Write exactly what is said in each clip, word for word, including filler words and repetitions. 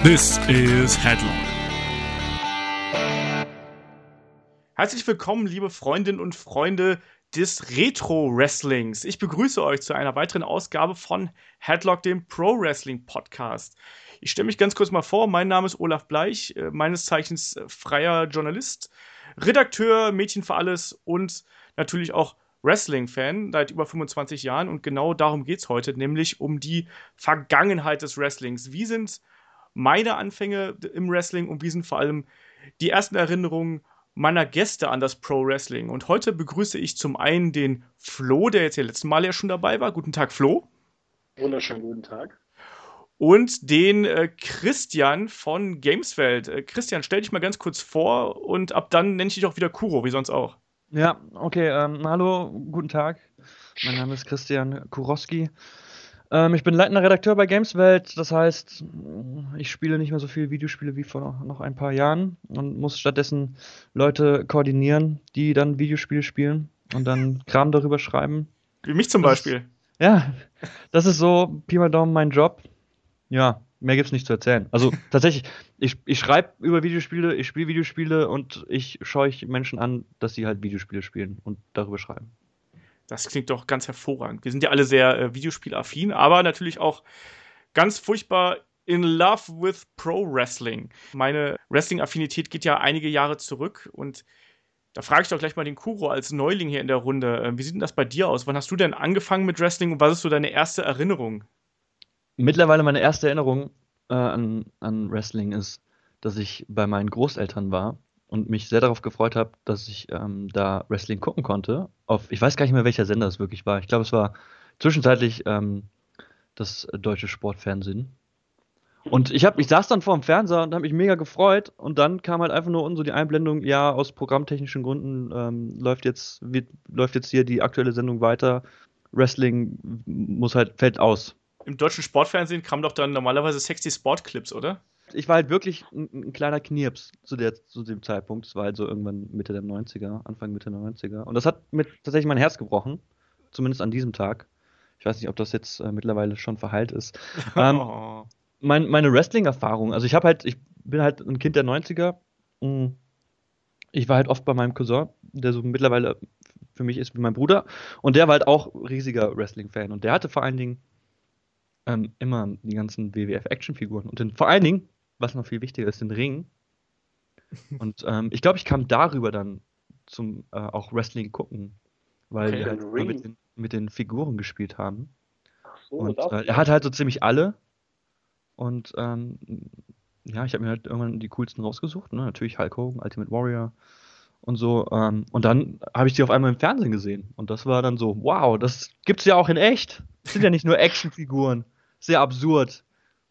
This is Headlock. Herzlich willkommen, liebe Freundinnen und Freunde des Retro-Wrestlings. Ich begrüße euch zu einer weiteren Ausgabe von Headlock, dem Pro-Wrestling-Podcast. Ich stelle mich ganz kurz mal vor. Mein Name ist Olaf Bleich, äh, meines Zeichens äh, freier Journalist, Redakteur, Mädchen für alles und natürlich auch Wrestling-Fan seit über fünfundzwanzig Jahren. Und genau darum geht es heute, nämlich um die Vergangenheit des Wrestlings. Wie sind meine Anfänge im Wrestling und wie sind vor allem die ersten Erinnerungen meiner Gäste an das Pro-Wrestling? Und heute begrüße ich zum einen den Flo, der jetzt hier letzten Mal ja schon dabei war. Guten Tag, Flo. Wunderschönen guten Tag. Und den äh, Christian von Gameswelt. Äh, Christian, stell dich mal ganz kurz vor und ab dann nenne ich dich auch wieder Kuro, wie sonst auch. Ja, okay, ähm, hallo, guten Tag. Mein Name ist Christian Kurowski. Ähm, ich bin leitender Redakteur bei Gameswelt, das heißt, ich spiele nicht mehr so viele Videospiele wie vor noch ein paar Jahren und muss stattdessen Leute koordinieren, die dann Videospiele spielen und dann Kram darüber schreiben. Wie mich zum Das Beispiel. Ist, ja, das ist so Pi mal Daumen mein Job. Ja, mehr gibt's nicht zu erzählen. Also tatsächlich, ich, ich schreibe über Videospiele, ich spiele Videospiele und ich scheuche Menschen an, dass sie halt Videospiele spielen und darüber schreiben. Das klingt doch ganz hervorragend. Wir sind ja alle sehr äh, Videospielaffin, aber natürlich auch ganz furchtbar in love with Pro-Wrestling. Meine Wrestling-Affinität geht ja einige Jahre zurück und da frage ich doch gleich mal den Kuro als Neuling hier in der Runde. Äh, wie sieht denn das bei dir aus? Wann hast du denn angefangen mit Wrestling und was ist so deine erste Erinnerung? Mittlerweile meine erste Erinnerung äh, an, an Wrestling ist, dass ich bei meinen Großeltern war und mich sehr darauf gefreut habe, dass ich ähm, da Wrestling gucken konnte. Auf, ich weiß gar nicht mehr, welcher Sender es wirklich war. Ich glaube, es war zwischenzeitlich ähm, das deutsche Sportfernsehen. Und ich, hab, ich saß dann vor dem Fernseher und habe mich mega gefreut. Und dann kam halt einfach nur unten so die Einblendung, ja, aus programmtechnischen Gründen ähm, läuft, jetzt, wird, läuft jetzt hier die aktuelle Sendung weiter. Wrestling muss halt, fällt aus. Im deutschen Sportfernsehen kamen doch dann normalerweise sexy Sportclips, oder? Ich war halt wirklich ein, ein kleiner Knirps zu, der, zu dem Zeitpunkt. Das war halt so irgendwann Mitte der neunziger, Anfang Mitte der neunziger. Und das hat mir tatsächlich mein Herz gebrochen. Zumindest an diesem Tag. Ich weiß nicht, ob das jetzt äh, mittlerweile schon verheilt ist. ähm, Oh. mein, meine Wrestling-Erfahrung, also ich habe halt, ich bin halt ein Kind der neunziger. Ich war halt oft bei meinem Cousin, der so mittlerweile für mich ist wie mein Bruder. Und der war halt auch riesiger Wrestling-Fan. Und der hatte vor allen Dingen ähm, immer die ganzen W W F-Actionfiguren. Und den, vor allen Dingen, was noch viel wichtiger ist, den Ring. Und ähm, ich glaube, ich kam darüber dann zum äh, auch Wrestling gucken, weil Okay. wir halt Den immer Ring? mit den, mit den Figuren gespielt haben. Ach so, Und das. äh, er hat halt so ziemlich alle. Und ähm, ja, ich habe mir halt irgendwann die coolsten rausgesucht. Ne? Natürlich Hulk Hogan, Ultimate Warrior und so. Ähm, und dann habe ich die auf einmal im Fernsehen gesehen. Und das war dann so, wow, das gibt's ja auch in echt. Das sind ja nicht nur Actionfiguren. Sehr absurd.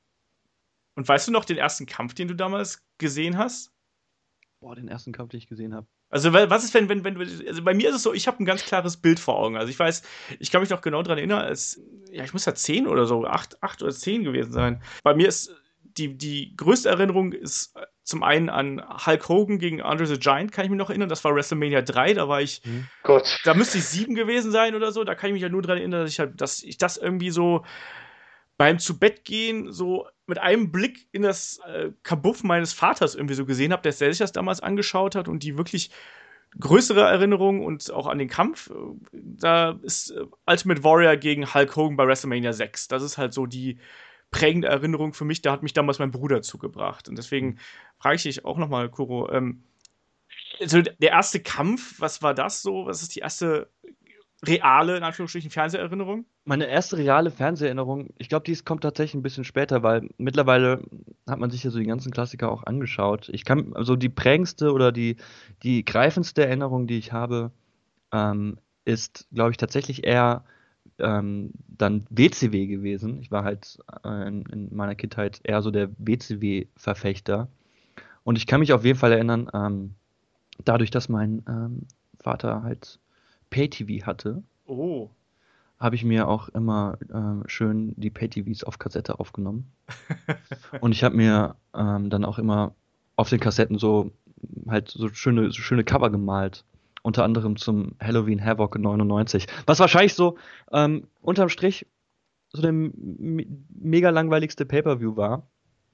Und weißt du noch den ersten Kampf, den du damals gesehen hast? Boah, den ersten Kampf, den ich gesehen habe. Also, wa- was ist, wenn, wenn, wenn, also bei mir ist es so, ich habe ein ganz klares Bild vor Augen. Also, ich weiß, ich kann mich noch genau daran erinnern, als, ja, ich muss ja zehn oder so, acht, acht oder zehn gewesen sein. Bei mir ist die, die größte Erinnerung ist zum einen an Hulk Hogan gegen Andre the Giant, kann ich mich noch erinnern. Das war WrestleMania drei, da war ich, Hm. Gott. da müsste ich sieben gewesen sein oder so. Da kann ich mich ja nur daran erinnern, dass ich halt, dass ich das irgendwie so beim Zubettgehen so mit einem Blick in das äh, Kabuff meines Vaters irgendwie so gesehen habe, der sich das damals angeschaut hat und die wirklich größere Erinnerung und auch an den Kampf, äh, da ist äh, Ultimate Warrior gegen Hulk Hogan bei WrestleMania sechs. Das ist halt so die prägende Erinnerung für mich. Da hat mich damals mein Bruder zugebracht. Und deswegen frage ich dich auch nochmal, Kuro, ähm, also der erste Kampf, was war das so? Was ist die erste reale, in Anführungsstrichen, Fernseherinnerung? Meine erste reale Fernseherinnerung, ich glaube, die kommt tatsächlich ein bisschen später, weil mittlerweile hat man sich ja so die ganzen Klassiker auch angeschaut. Ich kann, also die prägendste oder die, die greifendste Erinnerung, die ich habe, ähm, ist, glaube ich, tatsächlich eher ähm, dann W C W gewesen. Ich war halt äh, in, in meiner Kindheit eher so der W C W-Verfechter. Und ich kann mich auf jeden Fall erinnern, ähm, dadurch, dass mein ähm, Vater halt Pay-T V hatte, Oh. habe ich mir auch immer ähm, schön die Pay-T Vs auf Kassette aufgenommen. Und ich habe mir ähm, dann auch immer auf den Kassetten so halt so schöne, so schöne Cover gemalt. Unter anderem zum Halloween Havoc neunundneunzig. Was wahrscheinlich so ähm, unterm Strich so der me mega langweiligste Pay-Per-View war.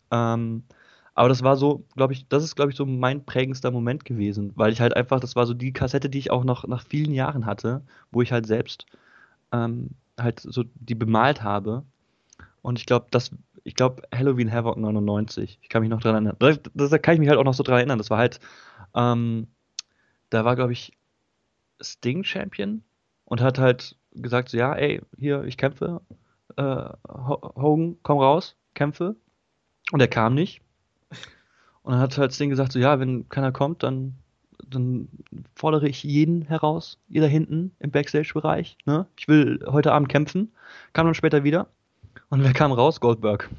Ähm, aber das war so, glaube ich, das ist, glaube ich, so mein prägendster Moment gewesen, weil ich halt einfach, das war so die Kassette, die ich auch noch nach vielen Jahren hatte, wo ich halt selbst ähm, halt so die bemalt habe. Und ich glaube, das, ich glaube, Halloween Havoc neunundneunzig, ich kann mich noch dran erinnern. Da, da kann ich mich halt auch noch so dran erinnern. Das war halt, ähm, da war, glaube ich, Sting Champion und hat halt gesagt, so, ja, ey, hier, ich kämpfe, äh, Ho- Hogan, komm raus, kämpfe. Und er kam nicht. Und dann hat halt Sting gesagt, so, ja, wenn keiner kommt, dann, dann fordere ich jeden heraus, ihr da hinten im Backstage-Bereich, ne? Ich will heute Abend kämpfen. Kam dann später wieder. Und wer kam raus? Goldberg.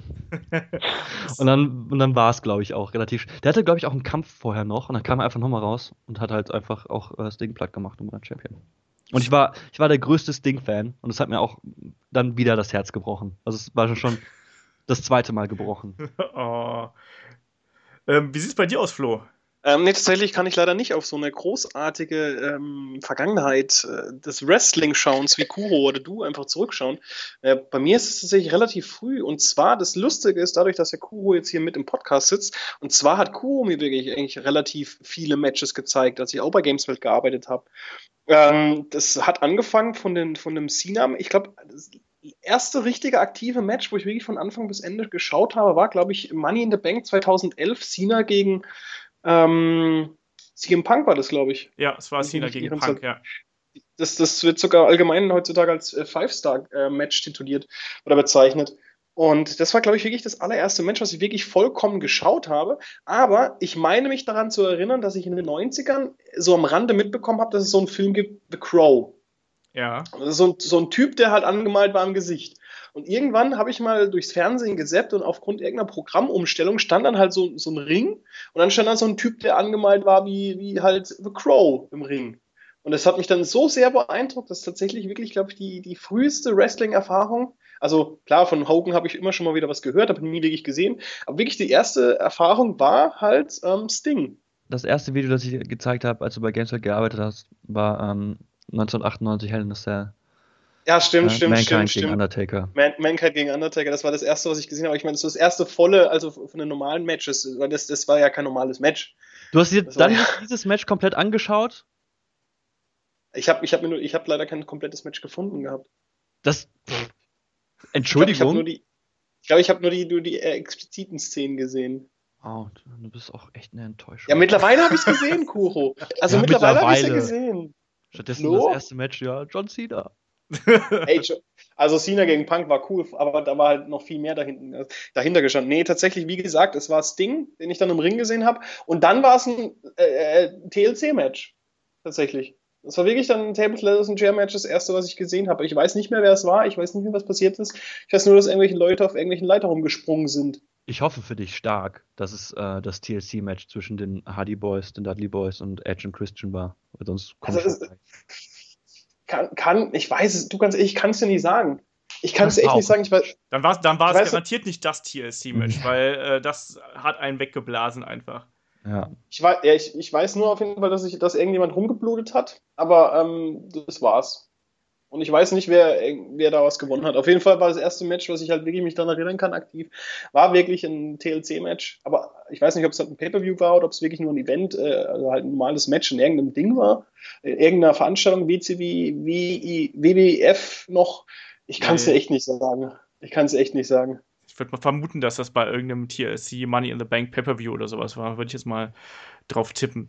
Und dann, und dann war es, glaube ich, auch relativ. Der hatte, glaube ich, auch einen Kampf vorher noch. Und dann kam er einfach nochmal raus und hat halt einfach auch äh, Sting platt gemacht und war Champion. Und ich war, ich war der größte Sting-Fan. Und es hat mir auch dann wieder das Herz gebrochen. Also es war schon das zweite Mal gebrochen. Oh. Ähm, wie sieht's bei dir aus, Flo? Ähm, nee, tatsächlich kann ich leider nicht auf so eine großartige ähm, Vergangenheit äh, des Wrestling-Schauens wie Kuro oder du einfach zurückschauen. Äh, bei mir ist es tatsächlich relativ früh und zwar das Lustige ist, dadurch, dass der Kuro jetzt hier mit im Podcast sitzt und zwar hat Kuro mir wirklich eigentlich relativ viele Matches gezeigt, als ich auch bei Gameswelt gearbeitet habe. Ähm, das hat angefangen von, den, von dem Cena, ich glaube, das erste richtige aktive Match, wo ich wirklich von Anfang bis Ende geschaut habe, war, glaube ich, Money in the Bank zweitausendelf, Cena gegen ähm, C M Punk war das, glaube ich. Ja, es war Wenn ich mich Cena nicht gegen irren Punk, soll. ja. Das, das wird sogar allgemein heutzutage als äh, Five-Star-Match tituliert oder bezeichnet. Und das war, glaube ich, wirklich das allererste Match, was ich wirklich vollkommen geschaut habe. Aber ich meine mich daran zu erinnern, dass ich in den neunzigern so am Rande mitbekommen habe, dass es so einen Film gibt, The Crow. Ja. So ein, so ein Typ, der halt angemalt war im Gesicht. Und irgendwann habe ich mal durchs Fernsehen gesäppt und aufgrund irgendeiner Programmumstellung stand dann halt so, so ein Ring und dann stand da so ein Typ, der angemalt war wie, wie halt The Crow im Ring. Und das hat mich dann so sehr beeindruckt, dass tatsächlich wirklich, glaube ich, die, die früheste Wrestling-Erfahrung, also klar, von Hogan habe ich immer schon mal wieder was gehört, habe ihn nie wirklich gesehen, aber wirklich die erste Erfahrung war halt ähm, Sting. Das erste Video, das ich dir gezeigt habe, als du bei GameStop gearbeitet hast, war ähm, neunzehnhundertachtundneunzig Hell in a Cell. Ja, stimmt, Äh, stimmt, stimmt, Mankind gegen stimmt. Undertaker. Man Mankind gegen Undertaker, das war das erste, was ich gesehen habe. Ich meine, das war das erste volle, also von den normalen Matches, weil das, das war ja kein normales Match. Du hast dir Das war dann ja, nicht dieses Match komplett angeschaut? ich habe ich hab mir nur, ich habe leider kein komplettes Match gefunden gehabt. Das. Pff, Ich glaube, ich habe nur Entschuldigung. die, ich glaube, ich habe nur die, nur die äh, expliziten Szenen gesehen. Oh, du bist auch echt eine Ja, Enttäuschung. mittlerweile habe ich es gesehen, Kuro. Also Ja, mittlerweile habe ich es ja mittlerweile. gesehen. Stattdessen das Flo? erste Match, ja, John Cena. Ey, Jo- also Cena gegen Punk war cool, aber da war halt noch viel mehr dahinten, dahinter gestanden. Nee, tatsächlich, wie gesagt, es war Sting, den ich dann im Ring gesehen habe. Und dann war es ein äh, äh, T L C-Match. Tatsächlich. Das war wirklich dann ein Table Ladders und Chair Match, das erste, was ich gesehen habe. Ich weiß nicht mehr, wer es war. Ich weiß nicht mehr, was passiert ist. Ich weiß nur, dass irgendwelche Leute auf irgendwelchen Leiter rumgesprungen sind. Ich hoffe für dich stark, dass es äh, das T L C-Match zwischen den Hardy Boys, den Dudley Boys und Edge und Christian war. Weil sonst komme Also ich es vorbei. kann, kann, ich weiß es, du ganz ehrlich, ich kann es dir nicht sagen. Ich kann es Das dir war echt nicht auch. sagen. Ich weiß, Dann war es dann ich war's weiß, garantiert nicht das T L C-Match, weil äh, das hat einen weggeblasen einfach. Ja. ich, weiß, ja, ich, ich weiß nur auf jeden Fall, dass, ich, dass irgendjemand rumgeblutet hat, aber ähm, das war's. Und ich weiß nicht, wer, wer da was gewonnen hat. Auf jeden Fall war das erste Match, was ich halt wirklich mich daran erinnern kann, aktiv, war wirklich ein T L C-Match. Aber ich weiß nicht, ob es halt ein Pay-Per-View war oder ob es wirklich nur ein Event, äh, also halt ein normales Match in irgendeinem Ding war. In irgendeiner Veranstaltung, W C W, W W F noch. Ich kann es dir Nee. echt nicht sagen. Ich kann es echt nicht sagen. Ich würde mal vermuten, dass das bei irgendeinem T L C Money in the Bank Pay-Per-View oder sowas war. Würde ich jetzt mal drauf tippen.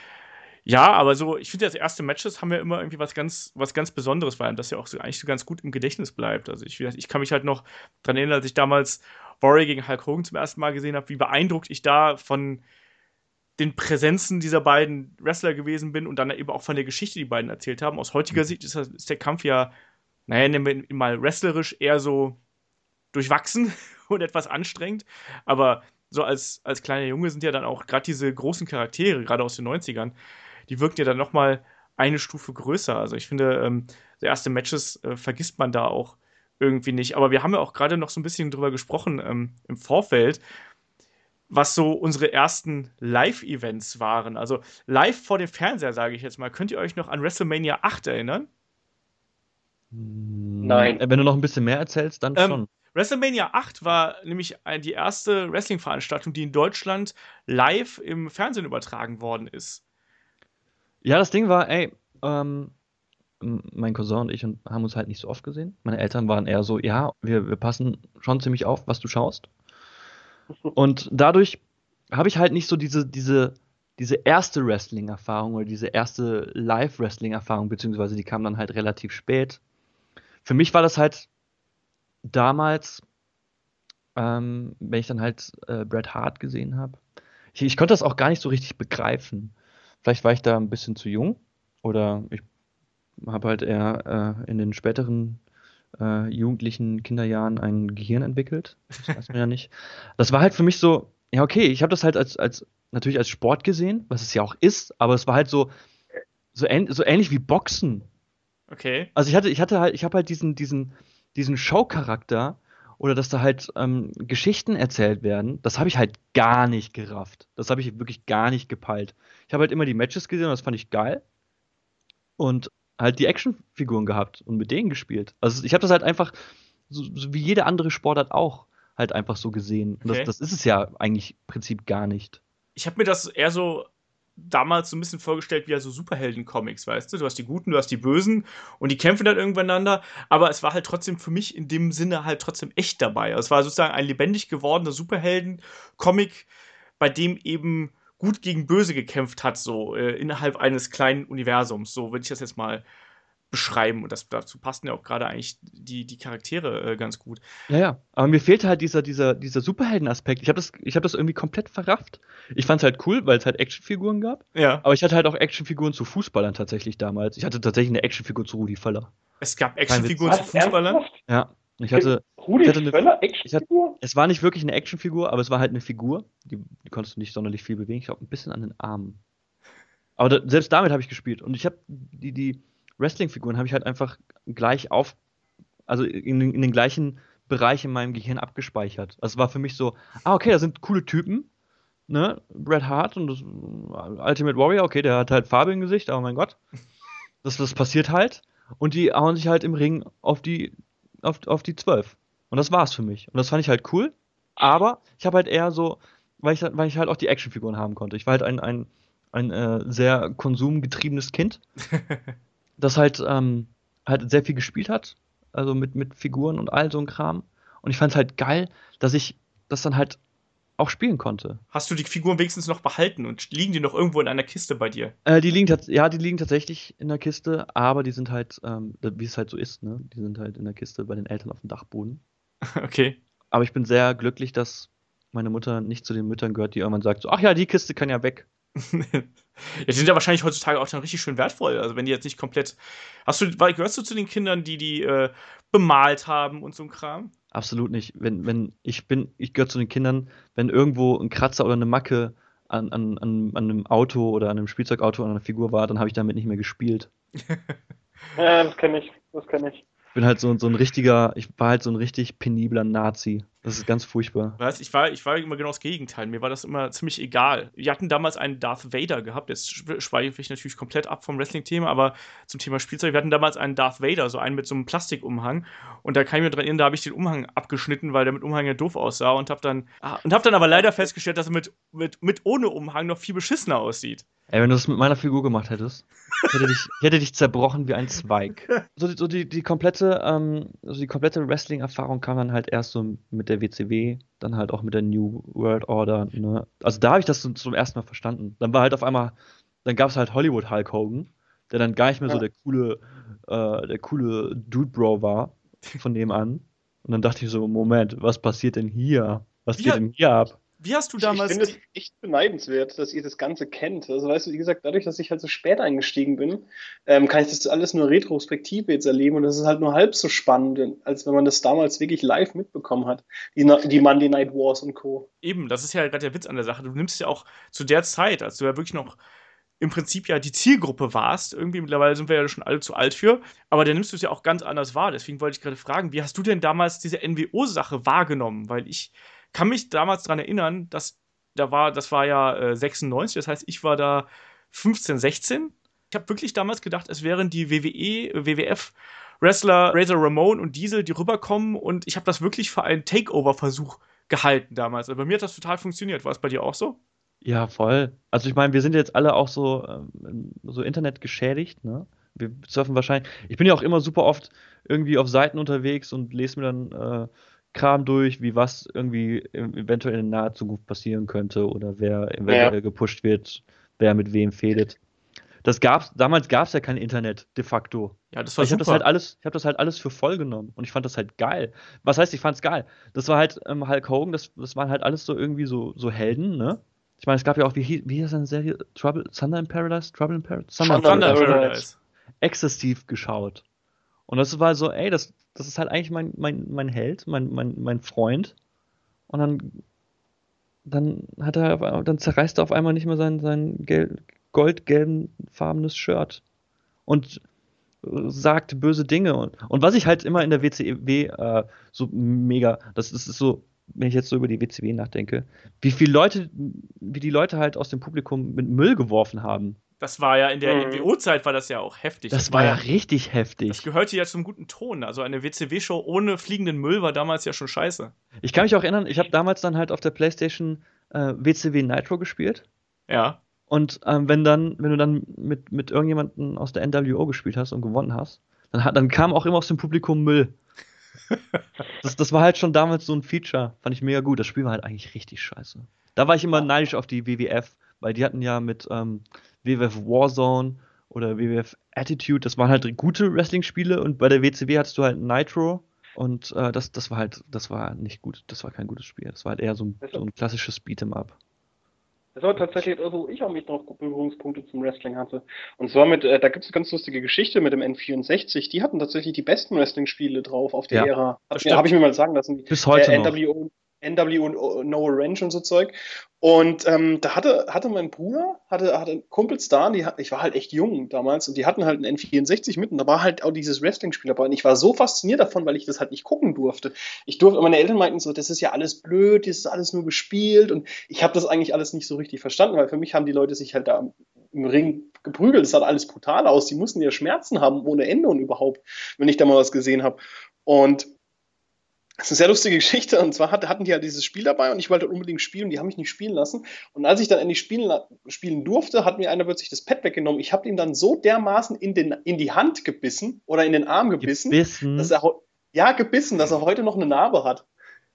Ja, aber so, ich finde, das erste Matches haben ja immer irgendwie was ganz, was ganz Besonderes, weil das ja auch so, eigentlich so ganz gut im Gedächtnis bleibt. Also ich, ich kann mich halt noch dran erinnern, als ich damals Warrior gegen Hulk Hogan zum ersten Mal gesehen habe, wie beeindruckt ich da von den Präsenzen dieser beiden Wrestler gewesen bin und dann eben auch von der Geschichte, die beiden erzählt haben. Aus heutiger Sicht ist, das, ist der Kampf ja, naja, nennen wir ihn mal wrestlerisch, eher so durchwachsen und etwas anstrengend. Aber so als, als kleiner Junge sind ja dann auch gerade diese großen Charaktere, gerade aus den neunzigern, die wirken ja dann noch mal eine Stufe größer. Also ich finde, ähm, so erste Matches äh, vergisst man da auch irgendwie nicht. Aber wir haben ja auch gerade noch so ein bisschen drüber gesprochen ähm, im Vorfeld, was so unsere ersten Live-Events waren. Also live vor dem Fernseher, sage ich jetzt mal. Könnt ihr euch noch an WrestleMania acht erinnern? Hm, Nein. Wenn du noch ein bisschen mehr erzählst, dann Ähm, schon. WrestleMania acht war nämlich ein- die erste Wrestling-Veranstaltung, die in Deutschland live im Fernsehen übertragen worden ist. Ja, das Ding war, ey, ähm, m- mein Cousin und ich und haben uns halt nicht so oft gesehen. Meine Eltern waren eher so, ja, wir, wir passen schon ziemlich auf, was du schaust. Und dadurch habe ich halt nicht so diese, diese, diese erste Wrestling-Erfahrung oder diese erste Live-Wrestling-Erfahrung, beziehungsweise die kam dann halt relativ spät. Für mich war das halt damals, ähm, wenn ich dann halt äh, Bret Hart gesehen habe. Ich, ich konnte das auch gar nicht so richtig begreifen. Vielleicht war ich da ein bisschen zu jung oder ich habe halt eher äh, in den späteren äh, jugendlichen Kinderjahren ein Gehirn entwickelt. Das weiß man ja nicht. Das war halt für mich so, ja, okay, ich habe das halt als, als natürlich als Sport gesehen, was es ja auch ist, aber es war halt so, so, ähn so ähnlich wie Boxen. Okay. Also ich hatte, ich hatte halt, ich habe halt diesen, diesen, diesen Showcharakter oder dass da halt ähm, Geschichten erzählt werden, das habe ich halt gar nicht gerafft. Das habe ich wirklich gar nicht gepeilt. Ich habe halt immer die Matches gesehen und das fand ich geil. Und halt die Actionfiguren gehabt und mit denen gespielt. Also ich habe das halt einfach, so, so wie jede andere Sportart auch, halt einfach so gesehen. Und das, Okay. das ist es ja eigentlich im Prinzip gar nicht. Ich habe mir das eher so damals so ein bisschen vorgestellt wie ja so Superhelden-Comics, weißt du? Du hast die Guten, du hast die Bösen und die kämpfen dann irgendeinander, aber es war halt trotzdem für mich in dem Sinne halt trotzdem echt dabei. Also es war sozusagen ein lebendig gewordener Superhelden-Comic, bei dem eben gut gegen böse gekämpft hat, so äh, innerhalb eines kleinen Universums. So würde ich das jetzt mal beschreiben. Und das, dazu passen ja auch gerade eigentlich die, die Charaktere äh, ganz gut. Ja, ja. Aber mir fehlt halt dieser, dieser, dieser Superhelden-Aspekt. Ich habe das, ich hab das irgendwie komplett verrafft. Ich fand's halt cool, weil es halt Actionfiguren gab. Ja. Aber ich hatte halt auch Actionfiguren zu Fußballern tatsächlich damals. Ich hatte tatsächlich eine Actionfigur zu Rudi Völler. Es gab Kein Witz. Actionfiguren zu Was? Fußballern. Ernsthaft? Ja. Ich hatte, Rudi ich hatte eine, Völler, ich hatte, Actionfigur? es war nicht wirklich eine Actionfigur, aber es war halt eine Figur. Die, die konntest du nicht sonderlich viel bewegen. Ich glaube, ein bisschen an den Armen. Aber da, selbst damit habe ich gespielt. Und ich habe die, die Wrestling-Figuren habe ich halt einfach gleich auf, also in, den- in den gleichen Bereich in meinem Gehirn abgespeichert. Also es war für mich so, ah, okay, da sind coole Typen, ne? Bret Hart und das äh, Ultimate Warrior, okay, der hat halt Farbe im Gesicht, aber mein Gott. Das, das passiert halt. Und die hauen sich halt im Ring auf die, auf, auf die zwölf. Und das war's für mich. Und das fand ich halt cool. Aber ich habe halt eher so, weil ich, weil ich halt auch die Actionfiguren haben konnte. Ich war halt ein, ein, ein äh, sehr konsumgetriebenes Kind, das halt, ähm, halt sehr viel gespielt hat. Also mit, mit Figuren und all so ein Kram. Und ich fand es halt geil, dass ich das dann halt auch spielen konnte. Hast du die Figuren wenigstens noch behalten und liegen die noch irgendwo in einer Kiste bei dir? Äh, die liegen tats ja, die liegen tatsächlich in der Kiste, aber die sind halt, ähm, wie es halt so ist, ne? Die sind halt in der Kiste bei den Eltern auf dem Dachboden. Okay. Aber ich bin sehr glücklich, dass meine Mutter nicht zu den Müttern gehört, die irgendwann sagt so, ach ja, die Kiste kann ja weg. Ja, die sind ja wahrscheinlich heutzutage auch dann richtig schön wertvoll. Also wenn die jetzt nicht komplett. Hast du, weil- gehörst du zu den Kindern, die die äh, bemalt haben und so ein Kram? Absolut nicht. Wenn, wenn, ich bin, ich gehöre zu den Kindern, wenn irgendwo ein Kratzer oder eine Macke an, an, an, an einem Auto oder an einem Spielzeugauto an einer Figur war, dann habe ich damit nicht mehr gespielt. Ja, das kenne ich. Das kenne ich. Ich bin halt so, so ein richtiger, ich war halt so ein richtig penibler Nazi. Das ist ganz furchtbar. Weißt, ich war, ich war immer genau das Gegenteil. Mir war das immer ziemlich egal. Wir hatten damals einen Darth Vader gehabt. Jetzt schw- schweife ich natürlich komplett ab vom Wrestling-Thema, aber zum Thema Spielzeug. Wir hatten damals einen Darth Vader, so einen mit so einem Plastikumhang. Und da kann ich mir dran erinnern, da habe ich den Umhang abgeschnitten, weil der mit Umhang ja doof aussah. Und habe dann, ah, und hab dann aber leider festgestellt, dass er mit, mit, mit ohne Umhang noch viel beschissener aussieht. Ey, wenn du das mit meiner Figur gemacht hättest, ich hätte dich, ich hätte dich zerbrochen wie ein Zweig. So, die, so die, die komplette, ähm, also die komplette Wrestling-Erfahrung kam dann halt erst so mit der W C W, dann halt auch mit der New World Order, ne? Also da habe ich das zum, zum ersten Mal verstanden. Dann war halt auf einmal, dann gab es halt Hollywood Hulk Hogan, der dann gar nicht mehr so Ja. der coole, äh, der coole Dude Bro war von nebenan. Und dann dachte ich so, Moment, was passiert denn hier? Was Wie geht hat- denn hier ab? Wie hast du Ich, ich damals. finde es echt beneidenswert, dass ihr das Ganze kennt. Also, weißt du, wie gesagt, dadurch, dass ich halt so spät eingestiegen bin, ähm, kann ich das alles nur retrospektiv jetzt erleben und das ist halt nur halb so spannend, als wenn man das damals wirklich live mitbekommen hat. Die, Na- die Monday Night Wars und Co. Eben, das ist ja gerade der Witz an der Sache. Du nimmst ja auch zu der Zeit, als du ja wirklich noch im Prinzip ja die Zielgruppe warst. Irgendwie mittlerweile sind wir ja schon alle zu alt für, aber dann nimmst du es ja auch ganz anders wahr. Deswegen wollte ich gerade fragen, wie hast du denn damals diese N W O-Sache wahrgenommen? Weil ich kann mich damals daran erinnern, dass da war, das war ja äh, sechsundneunzig, das heißt, ich war da fünfzehn, sechzehn Ich habe wirklich damals gedacht, es wären die W W E, W W F-Wrestler Razor Ramon und Diesel, die rüberkommen und ich habe das wirklich für einen Takeover-Versuch gehalten damals. Also bei mir hat das total funktioniert. War es bei dir auch so? Ja, voll. Also ich meine, wir sind jetzt alle auch so, ähm, so Internet geschädigt, ne? Wir surfen wahrscheinlich. Ich bin ja auch immer super oft irgendwie auf Seiten unterwegs und lese mir dann äh, Kram durch, wie was irgendwie ev- eventuell in naher Zukunft passieren könnte oder wer Ja. eventuell gepusht wird, wer mit wem fädet. Das gab's, damals gab es ja kein Internet, de facto. Ja, das Aber war ich habe das halt super. alles, ich habe das halt alles für voll genommen und ich fand das halt geil. Was heißt, ich fand's geil? Das war halt ähm, Hulk Hogan, das, das waren halt alles so irgendwie so, so Helden, ne? Ich meine, es gab ja auch, wie, hie- wie hieß seine Serie? Trouble, Thunder in Paradise? Trouble in Paradise? Thunder in Thunder in Thunder in Paradise. Paradise. Paradise. Exzessiv geschaut. Und das war so, ey, das, das ist halt eigentlich mein, mein, mein Held, mein, mein, mein Freund. Und dann, dann hat er, auf einmal- dann zerreißt er auf einmal nicht mehr sein, sein gel goldgelbenfarbenes Shirt. Und sagt böse Dinge. Und, und was ich halt immer in der W C W äh, so mega, das ist so, wenn ich jetzt so über die W C W nachdenke, wie viele Leute, wie die Leute halt aus dem Publikum mit Müll geworfen haben. Das war ja in der Mhm. N W O-Zeit war das ja auch heftig. Das war ja richtig heftig. Das gehörte ja zum guten Ton. Also eine W C W-Show ohne fliegenden Müll war damals ja schon scheiße. Ich kann mich auch erinnern, ich habe damals dann halt auf der PlayStation äh, W C W Nitro gespielt. Ja. Und ähm, wenn dann, wenn du dann mit, mit irgendjemandem aus der N W O gespielt hast und gewonnen hast, dann, hat, dann kam auch immer aus dem Publikum Müll. Das, das war halt schon damals so ein Feature. Fand ich mega gut. Das Spiel war halt eigentlich richtig scheiße. Da war ich immer neidisch auf die W W F, weil die hatten ja mit ähm, W W F Warzone oder W W F Attitude, das waren halt gute Wrestling-Spiele und bei der W C W hattest du halt Nitro und äh, das, das war halt, das war nicht gut. Das war kein gutes Spiel. Das war halt eher so ein, so ein klassisches Beat'em Up. Das war tatsächlich etwas, wo ich auch mich noch Berührungspunkte zum Wrestling hatte. Und zwar mit, äh, da gibt es eine ganz lustige Geschichte mit dem N vierundsechzig. Die hatten tatsächlich die besten Wrestling-Spiele drauf auf die Ja, Ära. das Habe stimmt. ich mir mal sagen lassen. Bis heute äh, noch. N W O, N W O und No Range und so Zeug. Und ähm, da hatte, hatte mein Bruder, hatte, hatte Kumpels da, die, hat- ich war halt echt jung damals und die hatten halt einen N vierundsechzig mit und da war halt auch dieses Wrestling-Spiel dabei. Und ich war so fasziniert davon, weil ich das halt nicht gucken durfte. Ich durfte, meine Eltern meinten so, das ist ja alles blöd, das ist alles nur gespielt und ich habe das eigentlich alles nicht so richtig verstanden, weil für mich haben die Leute sich halt da im Ring geprügelt, das sah alles brutal aus, die mussten ja Schmerzen haben ohne Ende und überhaupt, wenn ich da mal was gesehen habe. Und das ist eine sehr lustige Geschichte. Und zwar hat, hatten die halt dieses Spiel dabei und ich wollte unbedingt spielen. Die haben mich nicht spielen lassen. Und als ich dann endlich spielen, spielen durfte, hat mir einer plötzlich das Pad weggenommen. Ich habe ihm dann so dermaßen in, den, in die Hand gebissen oder in den Arm gebissen, Gebissen. dass er ja gebissen, dass er heute noch eine Narbe hat.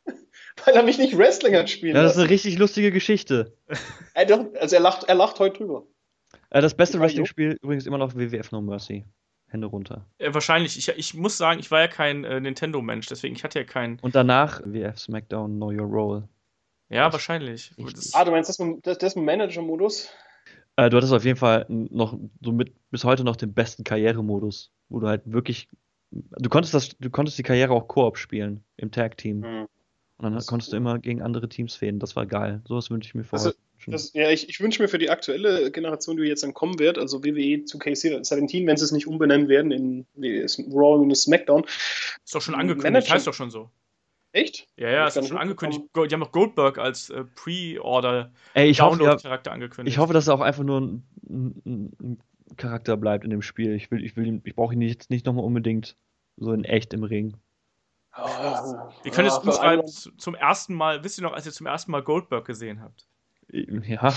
Weil er mich nicht Wrestling hat spielen Ja, das ist lassen. eine richtig lustige Geschichte. Er, doch, also er lacht, er lacht heute drüber. Äh, das beste Ich war Wrestling-Spiel übrigens immer noch W W F No Mercy. Hände runter. Äh, wahrscheinlich. Ich, ich muss sagen, ich war ja kein äh, Nintendo-Mensch, deswegen ich hatte ja keinen. Und danach W W F SmackDown Know Your Role. Ja, Das- wahrscheinlich. richtig. Das, Ah, du meinst das, mit- das, das mit Manager-Modus? Äh, du hattest auf jeden Fall noch so mit bis heute noch den besten Karrieremodus, wo du halt wirklich. Du konntest das, du konntest die Karriere auch Koop spielen im Tag-Team. Hm. Und dann Das ist konntest du cool. immer gegen andere Teams fäden. Das war geil. Sowas wünsche ich mir für Also, heute. schon. Das, ja, ich, ich wünsche mir für die aktuelle Generation, die jetzt dann kommen wird, also W W E zwei K siebzehn, wenn sie es nicht umbenennen werden in wie es- Raw und SmackDown. ist doch schon angekündigt, Manager- heißt doch schon so. Echt? Ja, ja, Hab ist ich gar doch schon nicht angekündigt. mitbekommen. Go- Die haben doch Goldberg als äh, Pre-Order Ey, ich hoffe, ja, Download-Charakter angekündigt. ich hoffe, dass er auch einfach nur ein, ein, ein Charakter bleibt in dem Spiel. Ich will, ich will ihn, ich brauche ihn jetzt nicht nochmal unbedingt so in echt im Ring. Ah, Wir können ja, jetzt für umschreiben, einen- zu- zum ersten Mal, wisst ihr noch, als ihr zum ersten Mal Goldberg gesehen habt? Ja.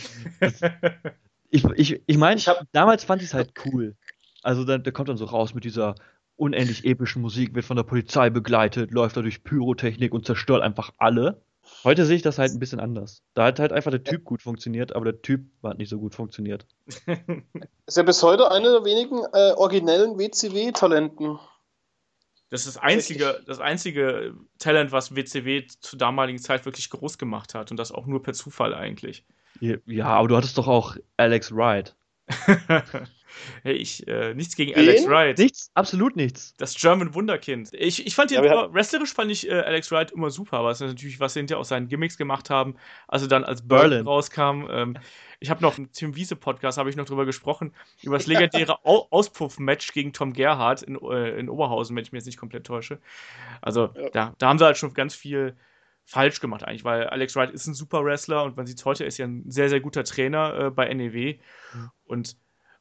Ich, ich, ich meine, Ich hab- damals fand ich es halt cool. Also da, der kommt dann so raus mit dieser unendlich epischen Musik, wird von der Polizei begleitet, läuft da durch Pyrotechnik und zerstört einfach alle. Heute sehe ich das halt ein bisschen anders. Da hat halt einfach der Typ gut funktioniert, aber der Typ hat nicht so gut funktioniert. Ist ja bis heute einer der wenigen äh, originellen W C W-Talenten. Das ist das einzige, das einzige Talent, was W C W zur damaligen Zeit wirklich groß gemacht hat. Und das auch nur per Zufall eigentlich. Ja, aber du hattest doch auch Alex Wright. Hey, ich, äh, nichts gegen Wen? Alex Wright. Nichts, absolut nichts. Das German Wunderkind. Ich, ich fand ihn Ja, wir immer, wrestlerisch fand ich äh, Alex Wright immer super, was natürlich, was sie hinterher aus seinen Gimmicks gemacht haben. Also dann als Berlin Berlin. rauskam. Ähm, ich habe noch im Tim Wiese Podcast habe ich noch drüber gesprochen über das legendäre Au Auspuff-Match gegen Tom Gerhardt in, äh, in Oberhausen, wenn ich mich jetzt nicht komplett täusche. Also Ja. da, da haben sie halt schon ganz viel falsch gemacht eigentlich, weil Alex Wright ist ein super Wrestler und man sieht heute, er ist ja ein sehr, sehr guter Trainer äh, bei N E W. Mhm. Und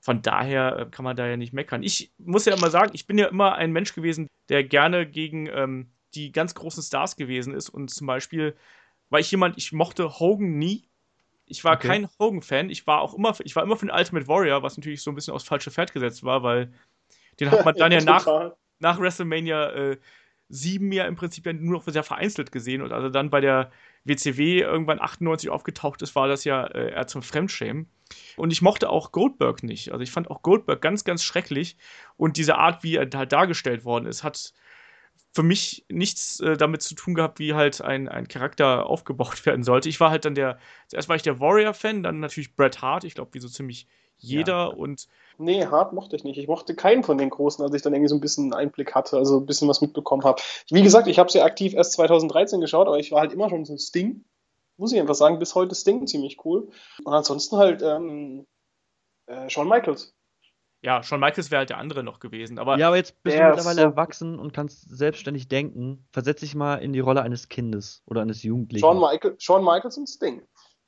von daher äh, kann man da ja nicht meckern. Ich muss ja immer sagen, ich bin ja immer ein Mensch gewesen, der gerne gegen ähm, die ganz großen Stars gewesen ist. Und zum Beispiel war ich jemand, ich mochte Hogan nie. Ich war Okay. kein Hogan-Fan. Ich war auch immer, ich war immer für den Ultimate Warrior, was natürlich so ein bisschen aufs falsche Pferd gesetzt war, weil den hat man dann ja, Ja, nach, total. nach WrestleMania äh, sieben ja im Prinzip ja nur noch sehr vereinzelt gesehen. Und also dann bei der W C W irgendwann achtundneunzig aufgetaucht ist, war das ja äh, eher zum Fremdschämen. Und ich mochte auch Goldberg nicht. Also ich fand auch Goldberg ganz, ganz schrecklich. Und diese Art, wie er halt dargestellt worden ist, hat für mich nichts äh, damit zu tun gehabt, wie halt ein, ein Charakter aufgebaut werden sollte. Ich war halt dann der, zuerst war ich der Warrior-Fan, dann natürlich Bret Hart, ich glaube, wie so ziemlich jeder. Ja. Und Nee, Hart mochte ich nicht. Ich mochte keinen von den Großen, als ich dann irgendwie so ein bisschen Einblick hatte, also ein bisschen was mitbekommen habe. Wie gesagt, ich habe sie aktiv erst zweitausenddreizehn geschaut, aber ich war halt immer schon so ein Sting. Muss ich einfach sagen, bis heute Sting ziemlich cool. Und ansonsten halt ähm, äh, Shawn Michaels. ja, Shawn Michaels wäre halt der andere noch gewesen. Aber Ja, aber jetzt bist du Der ist mittlerweile so- erwachsen und kannst selbstständig denken. Versetz dich mal in die Rolle eines Kindes oder eines Jugendlichen. Shawn, Michael, Shawn Michaels und Sting.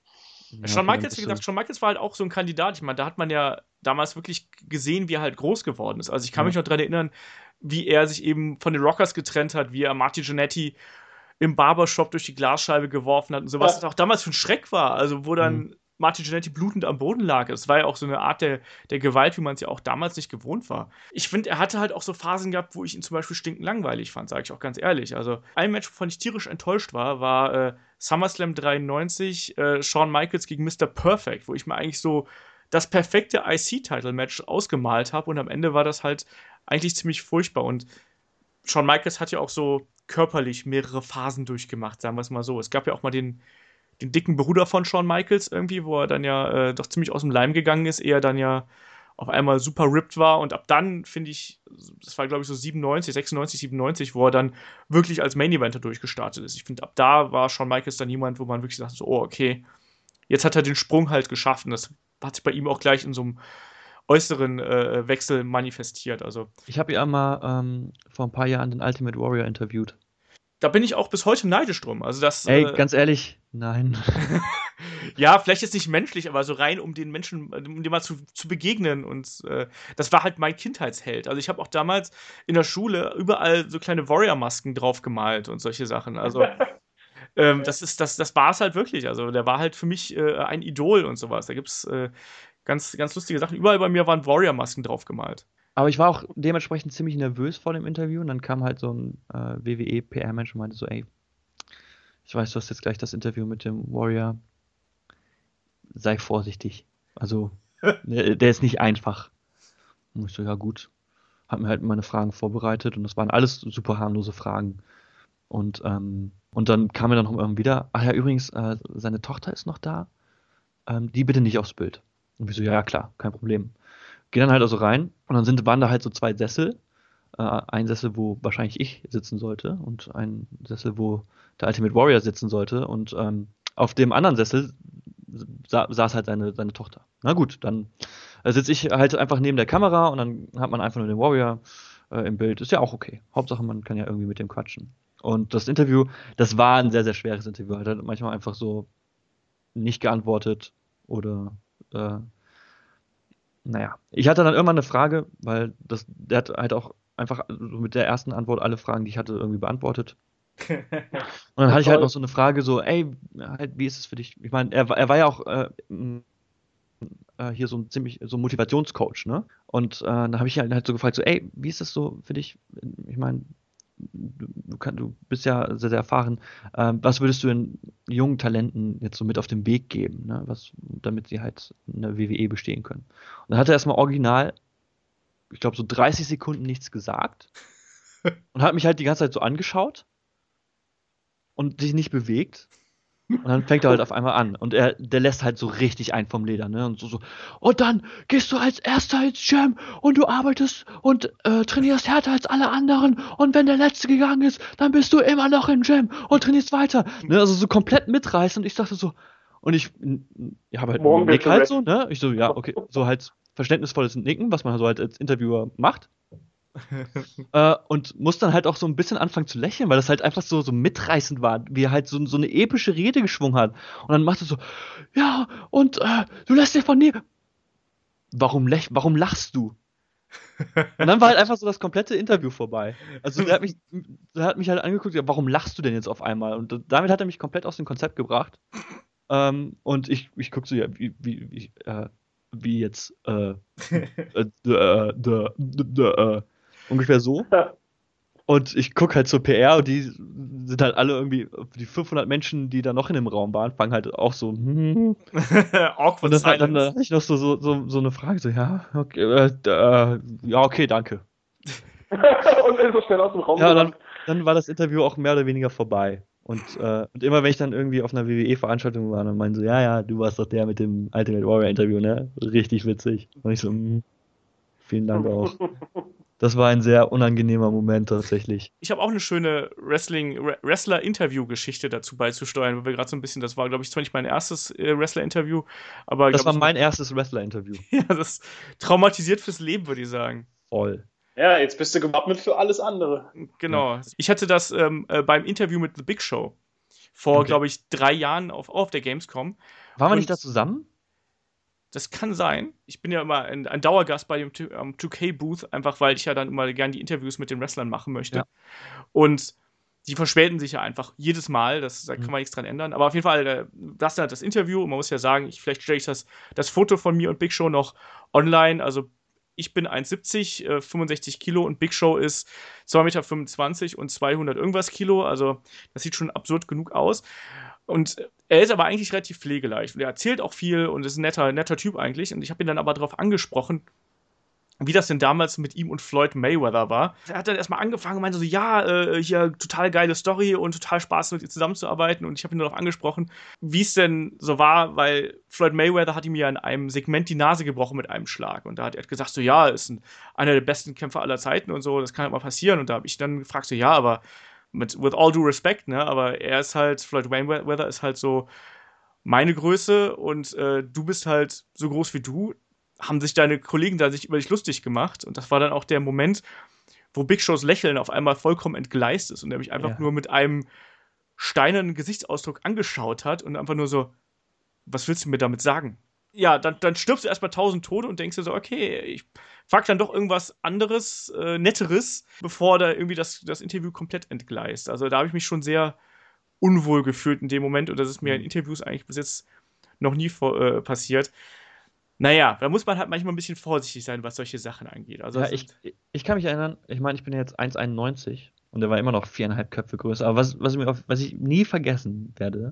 Ja, Shawn okay, dann Michaels, bist wie du- gesagt, Shawn Michaels war halt auch so ein Kandidat. Ich meine, da hat man ja damals wirklich gesehen, wie er halt groß geworden ist. Also ich kann Ja. mich noch daran erinnern, wie er sich eben von den Rockers getrennt hat, wie er Marty Jannetty im Barbershop durch die Glasscheibe geworfen hat und sowas, Ja. das auch damals für ein Schreck war. Also wo dann Mhm. Marty Jannetty blutend am Boden lag. Das war ja auch so eine Art der, der Gewalt, wie man es ja auch damals nicht gewohnt war. Ich finde, er hatte halt auch so Phasen gehabt, wo ich ihn zum Beispiel stinkend langweilig fand, sage ich auch ganz ehrlich. Also ein Match, wovon ich tierisch enttäuscht war, war äh, SummerSlam dreiundneunzig, äh, Shawn Michaels gegen Mister Perfect, wo ich mir eigentlich so das perfekte I C-Title-Match ausgemalt habe und am Ende war das halt eigentlich ziemlich furchtbar. Und Shawn Michaels hat ja auch so körperlich mehrere Phasen durchgemacht, sagen wir es mal so. Es gab ja auch mal den, den dicken Bruder von Shawn Michaels irgendwie, wo er dann ja äh, doch ziemlich aus dem Leim gegangen ist, ehe er dann ja auf einmal super ripped war und ab dann, finde ich, das war glaube ich so siebenundneunzig, sechsundneunzig, siebenundneunzig, wo er dann wirklich als Main Eventer durchgestartet ist. Ich finde, ab da war Shawn Michaels dann jemand, wo man wirklich sagte, so, oh, okay, jetzt hat er den Sprung halt geschafft und das hat sich bei ihm auch gleich in so einem äußeren äh, Wechsel manifestiert. Also Ich habe ja mal ähm, vor ein paar Jahren den Ultimate Warrior interviewt. da bin ich auch bis heute neidisch drum. Also das, Ey, äh, ganz ehrlich, nein. ja, vielleicht jetzt nicht menschlich, aber so rein, um den Menschen, um dem mal zu, zu begegnen. Und äh, das war halt mein Kindheitsheld. Also ich habe auch damals in der Schule überall so kleine Warrior-Masken drauf gemalt und solche Sachen. Also ähm, das ist, das, das war es halt wirklich. Also der war halt für mich äh, ein Idol und sowas. Da gibt's äh, ganz, ganz lustige Sachen. Überall bei mir waren Warrior-Masken drauf gemalt. Aber ich war auch dementsprechend ziemlich nervös vor dem Interview und dann kam halt so ein äh, W W E-P R-Mensch und meinte so, ey, ich weiß, du hast jetzt gleich das Interview mit dem Warrior. Sei vorsichtig. Also, der, der ist nicht einfach. Und ich so, ja gut. Hab mir halt meine Fragen vorbereitet und das waren alles super harmlose Fragen. Und, ähm, und dann kam er dann noch irgendwie wieder, ach ja, übrigens, äh, seine Tochter ist noch da. Ähm, die bitte nicht aufs Bild. Und wir so, ja, ja, klar, kein Problem. Gehen dann halt also rein und dann sind, waren da halt so zwei Sessel. Äh, ein Sessel, wo wahrscheinlich ich sitzen sollte und ein Sessel, wo der Ultimate Warrior sitzen sollte. Und ähm, auf dem anderen Sessel sa saß halt seine, seine Tochter. Na gut, dann äh, sitze ich halt einfach neben der Kamera und dann hat man einfach nur den Warrior äh, im Bild. Ist ja auch okay. Hauptsache, man kann ja irgendwie mit dem quatschen. Und das Interview, das war ein sehr, sehr schweres Interview. Er hat manchmal einfach so nicht geantwortet oder äh, naja. Ich hatte dann irgendwann eine Frage, weil das, der hat halt auch einfach so mit der ersten Antwort alle Fragen, die ich hatte, irgendwie beantwortet. Und dann hatte ich halt noch so eine Frage, so, ey, halt, wie ist es für dich? Ich meine, er, war- er war ja auch äh, m- äh, hier so ein ziemlich so ein Motivationscoach, ne? Und äh, dann habe ich ihn halt, halt so gefragt, so, ey, wie ist das so für dich? Ich meine, du, du, kann, du bist ja sehr, sehr erfahren. Ähm, was würdest du den jungen Talenten jetzt so mit auf den Weg geben, ne? Was, damit sie halt in der W W E bestehen können? Und dann hat er erstmal original, ich glaube, so dreißig Sekunden nichts gesagt und hat mich halt die ganze Zeit so angeschaut und sich nicht bewegt. Und dann fängt er halt auf einmal an. Und er, der lässt halt so richtig ein vom Leder, ne? Und so, so, und dann gehst du als Erster ins Gym und du arbeitest und äh, trainierst härter als alle anderen. Und wenn der Letzte gegangen ist, dann bist du immer noch im Gym und trainierst weiter. Ne? Also so komplett mitreißen. Und ich dachte so, und ich, ich habe halt Morgen Nick bitte halt weg. so, ne? Ich so, ja, okay, so halt verständnisvolles Nicken, was man so halt als Interviewer macht. Äh, und muss dann halt auch so ein bisschen anfangen zu lächeln, weil das halt einfach so, so mitreißend war, wie er halt so, so eine epische Rede geschwungen hat. Und dann macht er so, ja, und äh, du lässt dir von nie. warum, lech warum lachst du? Und dann war halt einfach so das komplette Interview vorbei. Also der hat mich, der hat mich halt angeguckt, ja, warum lachst du denn jetzt auf einmal? Und damit hat er mich komplett aus dem Konzept gebracht. Ähm, und ich, ich guck so, ja, wie, wie, wie, äh, wie jetzt, äh, äh, d- äh, d- d- d- äh, ungefähr so. Und ich guck halt zur P R und die sind halt alle irgendwie, die fünfhundert Menschen, die da noch in dem Raum waren, fangen halt auch so, hm. Und Awkward dann, dann, dann silence. hatte ich noch so, so, so, so eine Frage, so, ja, okay, äh, d- äh, ja, okay, danke. Und ist so schnell aus dem Raum Ja, und dann, gerannt. dann war das Interview auch mehr oder weniger vorbei. Und, äh, und immer wenn ich dann irgendwie auf einer W W E-Veranstaltung war, dann meinen so, ja, ja, du warst doch der mit dem Ultimate Warrior Interview, ne? Richtig witzig. Und ich so, mm, vielen Dank auch. Das war ein sehr unangenehmer Moment tatsächlich. Ich habe auch eine schöne Wrestling Wrestler-Interview-Geschichte dazu beizusteuern, wo wir gerade so ein bisschen, das war, glaube ich, zwar nicht mein erstes äh, Wrestler-Interview, aber Das glaube war ich, mein erstes Wrestler-Interview. ja, das traumatisiert fürs Leben, würde ich sagen. Voll. Ja, jetzt bist du gewappnet für alles andere. Genau. Ich hatte das ähm, äh, beim Interview mit The Big Show vor, Okay. glaube ich, drei Jahren auf, auf der Gamescom. Waren wir Und nicht da zusammen? das kann sein. Ich bin ja immer ein, ein Dauergast bei dem ähm, zwei K-Booth, einfach weil ich ja dann immer gerne die Interviews mit den Wrestlern machen möchte. Ja. Und die verspäten sich ja einfach jedes Mal, das, da kann Mhm. man nichts dran ändern. Aber auf jeden Fall, äh, das ist halt das Interview und man muss ja sagen, ich, vielleicht stelle ich das, das Foto von mir und Big Show noch online. Also ich bin eins siebzig, äh, fünfundsechzig Kilo und Big Show ist zwei Meter fünfundzwanzig und zweihundert irgendwas Kilo. Also das sieht schon absurd genug aus. Und er ist aber eigentlich relativ pflegeleicht und er erzählt auch viel und ist ein netter, netter Typ eigentlich. Und ich habe ihn dann aber darauf angesprochen, wie das denn damals mit ihm und Floyd Mayweather war. Er hat dann erstmal angefangen und meinte so, ja, äh, hier total geile Story und total Spaß mit ihr zusammenzuarbeiten. Und ich habe ihn darauf angesprochen, wie es denn so war, weil Floyd Mayweather hat ihm ja in einem Segment die Nase gebrochen mit einem Schlag. Und da hat er gesagt so, ja, ist ein, einer der besten Kämpfer aller Zeiten und so, das kann halt mal passieren. Und da habe ich dann gefragt so, ja, aber mit with all due respect, ne, aber er ist halt, Floyd Mayweather ist halt so meine Größe und äh, du bist halt so groß wie du. Haben sich deine Kollegen da sich über dich lustig gemacht und das war dann auch der Moment, wo Big Shows Lächeln auf einmal vollkommen entgleist ist und er mich einfach Ja. nur mit einem steinernen Gesichtsausdruck angeschaut hat und einfach nur so, was willst du mir damit sagen? Ja, dann, dann stirbst du erstmal tausend Tode und denkst dir so, okay, ich frag dann doch irgendwas anderes, äh, Netteres, bevor da irgendwie das, das Interview komplett entgleist. Also da habe ich mich schon sehr unwohl gefühlt in dem Moment und das ist mir in Mhm. Interviews eigentlich bis jetzt noch nie vor, äh, passiert. Naja, da muss man halt manchmal ein bisschen vorsichtig sein, was solche Sachen angeht. Also Ja, das ich, sind, ich kann mich erinnern, ich meine, ich bin ja jetzt eins Komma einundneunzig und der war immer noch viereinhalb Köpfe größer. Aber was, was, ich, mir auf, was ich nie vergessen werde,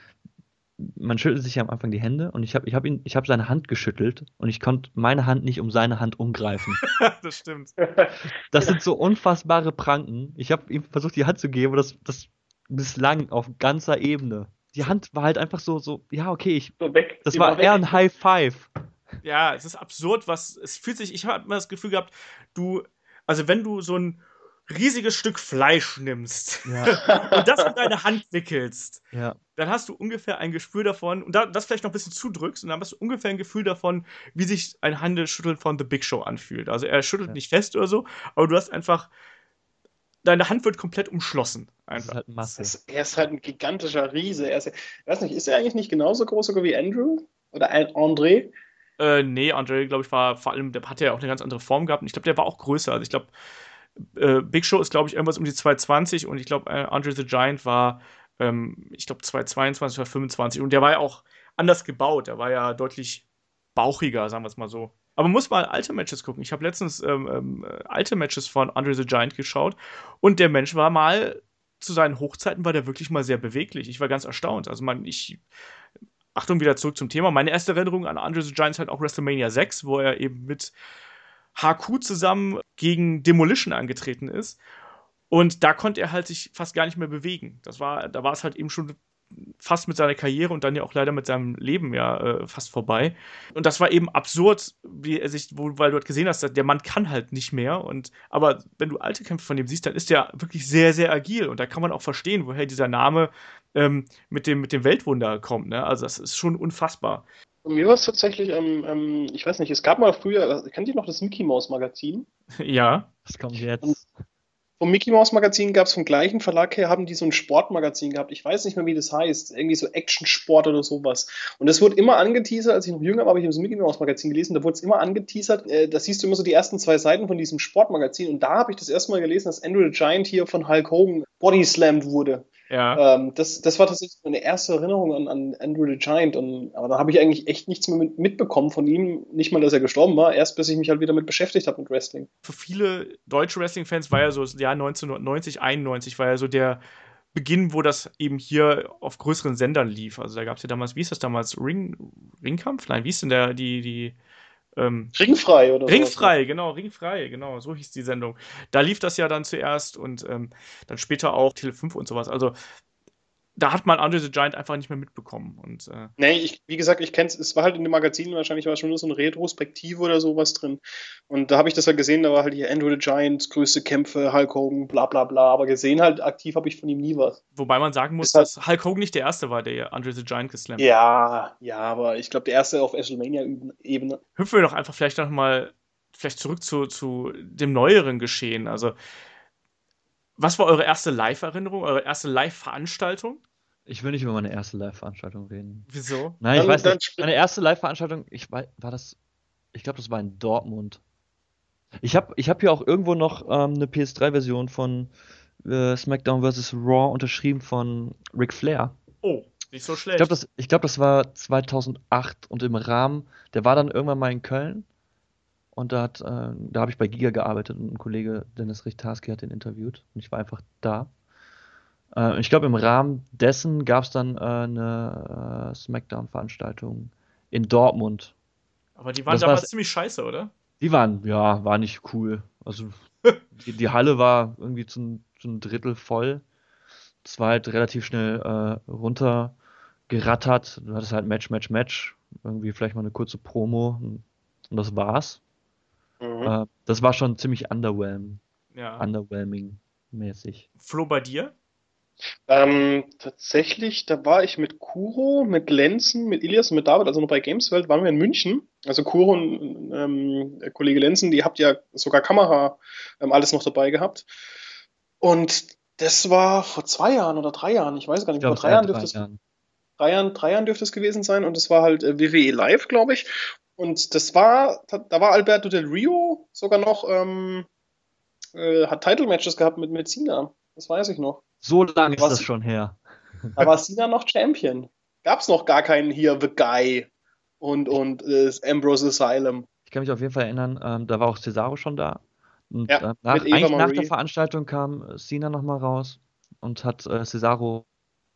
man schüttelt sich ja am Anfang die Hände und ich habe ich hab ihn, ich habe seine Hand geschüttelt und ich konnte meine Hand nicht um seine Hand umgreifen. das stimmt. Das sind so unfassbare Pranken. Ich habe ihm versucht, die Hand zu geben, aber das, das misslang auf ganzer Ebene. Die Hand war halt einfach so, so, ja, okay, ich, So weg. das Die war weg. eher ein High Five. Ja, es ist absurd, was. Es fühlt sich. Ich habe immer das Gefühl gehabt, du. Also, wenn du so ein riesiges Stück Fleisch nimmst Ja, und das in deine Hand wickelst, ja, dann hast du ungefähr ein Gespür davon, und da, das vielleicht noch ein bisschen zudrückst, und dann hast du ungefähr ein Gefühl davon, wie sich ein Handelschütteln von The Big Show anfühlt. Also, er schüttelt ja. nicht fest oder so, aber du hast einfach. Deine Hand wird komplett umschlossen. Das ist Einfach. halt Masse. Das, er ist halt ein gigantischer Riese. Er ist, ich weiß nicht, ist er eigentlich nicht genauso groß sogar wie Andrew? Oder ein André? Äh, nee, Andre, glaube ich, war vor allem, der hatte ja auch eine ganz andere Form gehabt. Und ich glaube, der war auch größer. Also ich glaube, äh, Big Show ist, glaube ich, irgendwas um die zwei zwanzig und ich glaube, äh, Andre the Giant war, ähm, ich glaube, zwei zweiundzwanzig oder fünfundzwanzig. Und der war ja auch anders gebaut. Der war ja deutlich bauchiger, sagen wir es mal so. Aber man muss mal alte Matches gucken. Ich habe letztens ähm, ähm, äh, alte Matches von Andre the Giant geschaut und der Mensch war mal, zu seinen Hochzeiten war der wirklich mal sehr beweglich. Ich war ganz erstaunt. Also man, ich Achtung, wieder zurück zum Thema. Meine erste Erinnerung an Andre the Giant ist halt auch WrestleMania sechs, wo er eben mit H Q zusammen gegen Demolition angetreten ist. Und da konnte er halt sich fast gar nicht mehr bewegen. Das war, da war es halt eben schon fast mit seiner Karriere und dann ja auch leider mit seinem Leben ja äh, fast vorbei. Und das war eben absurd, wie er sich, wo, weil du halt gesehen hast, der Mann kann halt nicht mehr. Und aber wenn du alte Kämpfe von dem siehst, dann ist der wirklich sehr, sehr agil. Und da kann man auch verstehen, woher dieser Name ähm, mit dem, mit dem Weltwunder kommt. Ne? Also das ist schon unfassbar. Und mir war es tatsächlich, ähm, ähm, ich weiß nicht, es gab mal früher, kennt ihr noch das Mickey Mouse Magazin? Ja. Was kommt jetzt? vom Mickey Mouse Magazin gab es vom gleichen Verlag her, haben die so ein Sportmagazin gehabt. Ich weiß nicht mehr, wie das heißt. Irgendwie so Action-Sport oder sowas. Und das wurde immer angeteasert, als ich noch jünger war, habe ich das Mickey Mouse Magazin gelesen, da wurde es immer angeteasert. Äh, da siehst du immer so die ersten zwei Seiten von diesem Sportmagazin. Und da habe ich das erste Mal gelesen, dass Andrew the Giant hier von Hulk Hogan bodyslammed wurde. Ja. Ähm, das, das war tatsächlich meine erste Erinnerung an, an Andrew the Giant. Und, aber da habe ich eigentlich echt nichts mehr mit, mitbekommen von ihm. Nicht mal, dass er gestorben war, erst bis ich mich halt wieder mit beschäftigt habe mit Wrestling. Für viele deutsche Wrestling-Fans war ja so das Jahr neunzehnhundertneunzig, einundneunzig war ja so der Beginn, wo das eben hier auf größeren Sendern lief. Also da gab es ja damals, wie hieß das damals? Ring, Ringkampf? Nein, wie hieß denn der, die, die, ähm, Ringfrei oder so. Ringfrei, genau, Ringfrei, genau, so hieß die Sendung. Da lief das ja dann zuerst und ähm, dann später auch Tele fünf und sowas. Also da hat man Andre the Giant einfach nicht mehr mitbekommen. Und, äh, nee, ich, wie gesagt, ich kenne es, es war halt in dem Magazin, wahrscheinlich war schon nur so eine Retrospektive oder sowas drin. Und da habe ich das halt gesehen, da war halt hier Andrew the Giant, größte Kämpfe, Hulk Hogan, bla bla bla. Aber gesehen halt, aktiv habe ich von ihm nie was. Wobei man sagen muss, halt, dass Hulk Hogan nicht der Erste war, der Andre the Giant geslammt hat. Ja, ja, aber ich glaube, der Erste auf WrestleMania-Ebene. Hüpfen wir doch einfach vielleicht noch mal vielleicht zurück zu, zu dem neueren Geschehen. Also, was war eure erste Live-Erinnerung, eure erste Live-Veranstaltung? Ich will nicht über meine erste Live-Veranstaltung reden. Wieso? Nein, ich Dann- weiß dann nicht. sprich- Meine erste Live-Veranstaltung, ich war, war das, ich glaube, das war in Dortmund. Ich habe ich hab hier auch irgendwo noch ähm, eine P S drei Version von äh, SmackDown versus. Raw unterschrieben von Ric Flair. Oh, nicht so Ich schlecht. glaube, das, ich glaub, das war zweitausendacht und im Rahmen, der war dann irgendwann mal in Köln und da, hat, äh, da habe ich bei Giga gearbeitet und ein Kollege, Dennis Richtarski, hat den interviewt und ich war einfach da. Äh, ich glaube, im Rahmen dessen gab es dann äh, eine äh, Smackdown-Veranstaltung in Dortmund. Aber die waren das war damals das- ziemlich scheiße, oder? Die waren, ja, war nicht cool. Also die, die Halle war irgendwie zu, ein- zu ein Drittel voll. Es war halt relativ schnell äh, runtergerattert. Du hattest halt Match, Match, Match. Irgendwie vielleicht mal eine kurze Promo und, und das war's. Mhm. Äh, das war schon ziemlich underwhelm, Ja. underwhelming mäßig. Flo, bei dir? Ähm, tatsächlich, da war ich mit Kuro, mit Lenzen, mit Ilias und mit David, also noch bei Gameswelt, waren wir in München. Also Kuro und ähm, der Kollege Lenzen, die habt ja sogar Kamera ähm, alles noch dabei gehabt. Und das war vor zwei Jahren oder drei Jahren, ich weiß gar Ich nicht, glaube, vor drei drei, Jahren drei dürfte es Jahren. drei Jahren, drei Jahren dürfte es gewesen sein und es war halt äh, W W E Live, glaube ich. Und das war, da, da war Alberto Del Rio sogar noch, ähm, äh, hat Title-Matches gehabt mit, mit Cena. Das weiß ich noch. So lange ist Was? das schon her. Da war Cena noch Champion. Gab's noch gar keinen hier, The Guy und, und äh, Ambrose Asylum. Ich kann mich auf jeden Fall erinnern, ähm, da war auch Cesaro schon da. Und Ja, äh, nach, mit Eva eigentlich nach Marie. der Veranstaltung kam äh, Cena nochmal raus und hat äh, Cesaro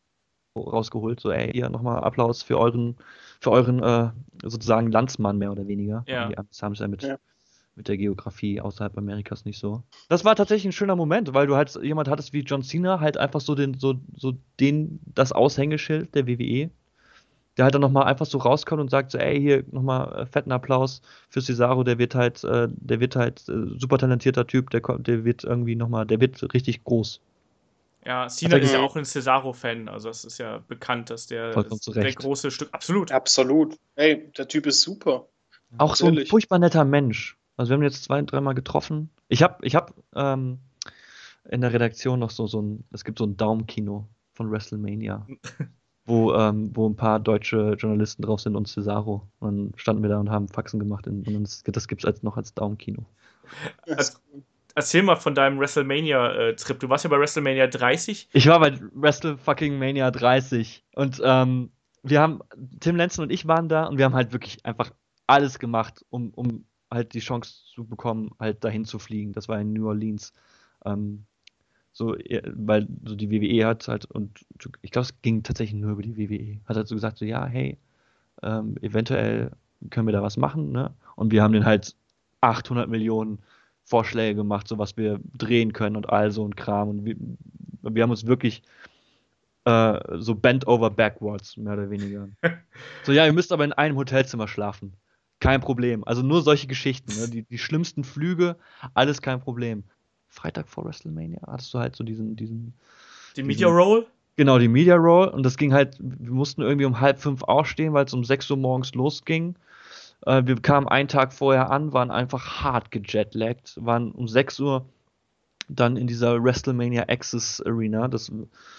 rausgeholt. So, ey, hier nochmal Applaus für euren, für euren äh, sozusagen Landsmann mehr oder weniger. Ja. Die Amis haben es ja mit, Ja. mit der Geografie außerhalb Amerikas nicht so. Das war tatsächlich ein schöner Moment, weil du halt jemand hattest wie John Cena, halt einfach so den, so, so den, das Aushängeschild der W W E. Der halt dann nochmal einfach so rauskommt und sagt so, ey, hier nochmal äh, fetten Applaus für Cesaro, der wird halt, äh, der wird halt äh, super talentierter Typ, der, kommt- der wird irgendwie nochmal, der wird richtig groß. Ja, Cena Hat er ist ja ge- auch ein Cesaro-Fan, also es ist ja bekannt, dass der, Vollkommen zu der Recht. große Stück, absolut. Absolut. Ey, der Typ ist super. Auch so ein Ehrlich. furchtbar netter Mensch. Also wir haben ihn jetzt zwei, dreimal getroffen. Ich habe ich hab, ähm, in der Redaktion noch so, so ein, es gibt so ein Daumenkino von WrestleMania, wo, ähm, wo ein paar deutsche Journalisten drauf sind und Cesaro. Und dann standen wir da und haben Faxen gemacht in, und das, das gibt's als, noch als Daumenkino. Das- Erzähl mal von deinem WrestleMania-Trip. Du warst ja bei WrestleMania dreißig. Ich war bei Wrestle fucking Mania dreißig und ähm, wir haben, Tim Lenzen und ich waren da und wir haben halt wirklich einfach alles gemacht, um, um halt die Chance zu bekommen, halt dahin zu fliegen. Das war in New Orleans. Ähm, so, eh, weil so die W W E hat halt, und ich glaube, es ging tatsächlich nur über die W W E, hat halt so gesagt, so ja, hey, ähm, eventuell können wir da was machen, ne? Und wir haben den halt achthundert Millionen Vorschläge gemacht, so was wir drehen können und all so ein Kram. Und wir, wir haben uns wirklich äh, so bent over backwards, mehr oder weniger. So, ja, ihr müsst aber in einem Hotelzimmer schlafen. Kein Problem. Also nur solche Geschichten, ne? Die, die schlimmsten Flüge, alles kein Problem. Freitag vor WrestleMania hattest du halt so diesen, diesen, Die Media Roll. genau, die Media Roll und das ging halt, wir mussten irgendwie um halb fünf aufstehen, weil es um sechs Uhr morgens losging. Äh, wir kamen einen Tag vorher an, waren einfach hart gejetlaggt, waren um sechs Uhr dann in dieser WrestleMania Access Arena, das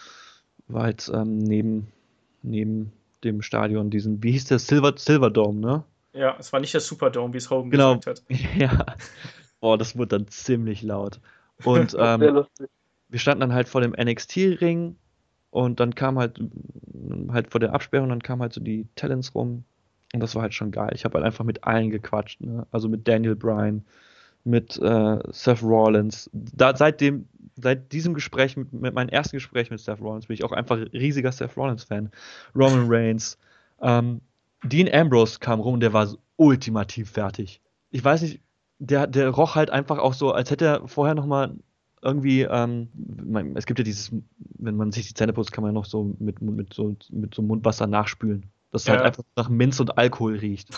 war halt ähm, neben, neben dem Stadion, diesen, wie hieß der, Silver, Silverdome, ne? Ja, es war nicht der Superdome, wie es Hogan Genau. gesagt hat. Ja. Boah, das wurde dann ziemlich laut. Und Sehr ähm, lustig. wir standen dann halt vor dem N X T-Ring und dann kam halt, halt vor der Absperrung, dann kamen halt so die Talents rum und das war halt schon geil. Ich habe halt einfach mit allen gequatscht, ne? Also mit Daniel Bryan, mit äh, Seth Rollins. Da, seitdem, seit diesem Gespräch, mit, mit meinem ersten Gespräch mit Seth Rollins, bin ich auch einfach riesiger Seth Rollins-Fan. Roman Reigns. Ähm, Dean Ambrose kam rum und der war so ultimativ fertig. Ich weiß nicht, der, der roch halt einfach auch so, als hätte er vorher noch mal irgendwie, ähm, man, es gibt ja dieses, wenn man sich die Zähne putzt, kann man noch so mit, mit, so, mit so Mundwasser nachspülen. Dass es Ja. halt einfach nach Minz und Alkohol riecht.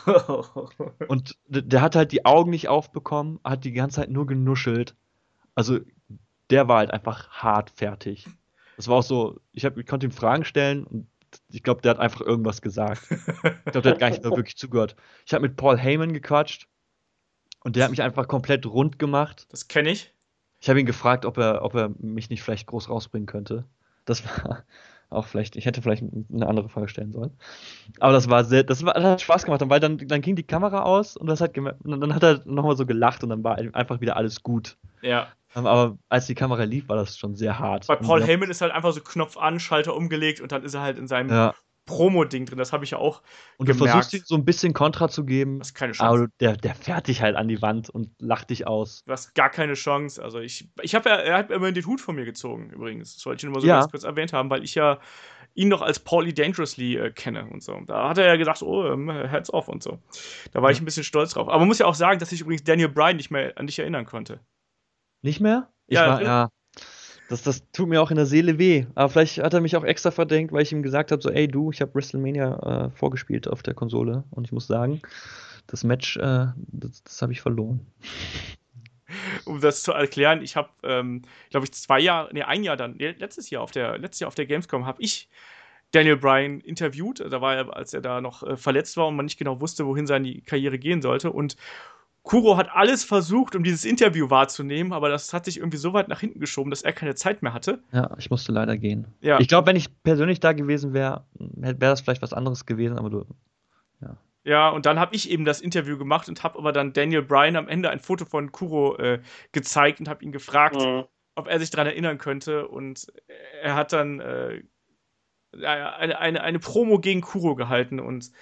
Und d- der hat halt die Augen nicht aufbekommen, hat die ganze Zeit nur genuschelt. Also der war halt einfach hart fertig. Das war auch so, ich, hab, ich konnte ihm Fragen stellen und ich glaube, der hat einfach irgendwas gesagt. Ich glaube, der hat gar nicht mehr wirklich zugehört. Ich habe mit Paul Heyman gequatscht und der hat mich einfach komplett rund gemacht. Das kenne ich. Ich habe ihn gefragt, ob er, ob er mich nicht vielleicht groß rausbringen könnte. Das war auch vielleicht, ich hätte vielleicht eine andere Frage stellen sollen. Aber das war sehr, das, war, das hat Spaß gemacht, weil dann, dann ging die Kamera aus und das hat gem- und dann hat er nochmal so gelacht und dann war einfach wieder alles gut. Ja. Aber als die Kamera lief, war das schon sehr hart. Bei Und Paul wir- Heyman ist halt einfach so Knopf an, Schalter umgelegt und dann ist er halt in seinem Ja. Promo-Ding drin. Das habe ich ja auch Und du gemerkt. versuchst ihm so ein bisschen Kontra zu geben, Das ist keine Chance. aber der, der fährt dich halt an die Wand und lacht dich aus. Du hast gar keine Chance. Also ich, ich habe ja, er hat immerhin den Hut von mir gezogen, übrigens. Das wollte ich nur mal so Ja. ganz kurz erwähnt haben, weil ich ja ihn noch als Paulie Dangerously äh, kenne und so. Da hat er ja gesagt, oh, ähm, heads off und so. Da war Ja. ich ein bisschen stolz drauf. Aber man muss ja auch sagen, dass ich übrigens Daniel Bryan nicht mehr an dich erinnern konnte. Nicht mehr? Ich Ja, war, drin- ja. Das, das tut mir auch in der Seele weh. Aber vielleicht hat er mich auch extra verdrängt, weil ich ihm gesagt habe, so, ey du, ich habe WrestleMania äh, vorgespielt auf der Konsole und ich muss sagen, das Match, äh, das, das habe ich verloren. Um das zu erklären, ich habe, ähm, glaube ich, zwei Jahre, nee, ein Jahr dann, nee, letztes Jahr auf der, letztes Jahr auf der Gamescom habe ich Daniel Bryan interviewt. Da war er, als er da noch äh, verletzt war und man nicht genau wusste, wohin seine Karriere gehen sollte. Und Kuro hat alles versucht, um dieses Interview wahrzunehmen, aber das hat sich irgendwie so weit nach hinten geschoben, dass er keine Zeit mehr hatte. Ja, ich musste leider gehen. Ja. Ich glaube, wenn ich persönlich da gewesen wäre, wäre das vielleicht was anderes gewesen, aber du. Ja, und dann habe ich eben das Interview gemacht und habe aber dann Daniel Bryan am Ende ein Foto von Kuro äh, gezeigt und habe ihn gefragt, Mhm. ob er sich daran erinnern könnte. Und er hat dann äh, eine, eine, eine Promo gegen Kuro gehalten. Und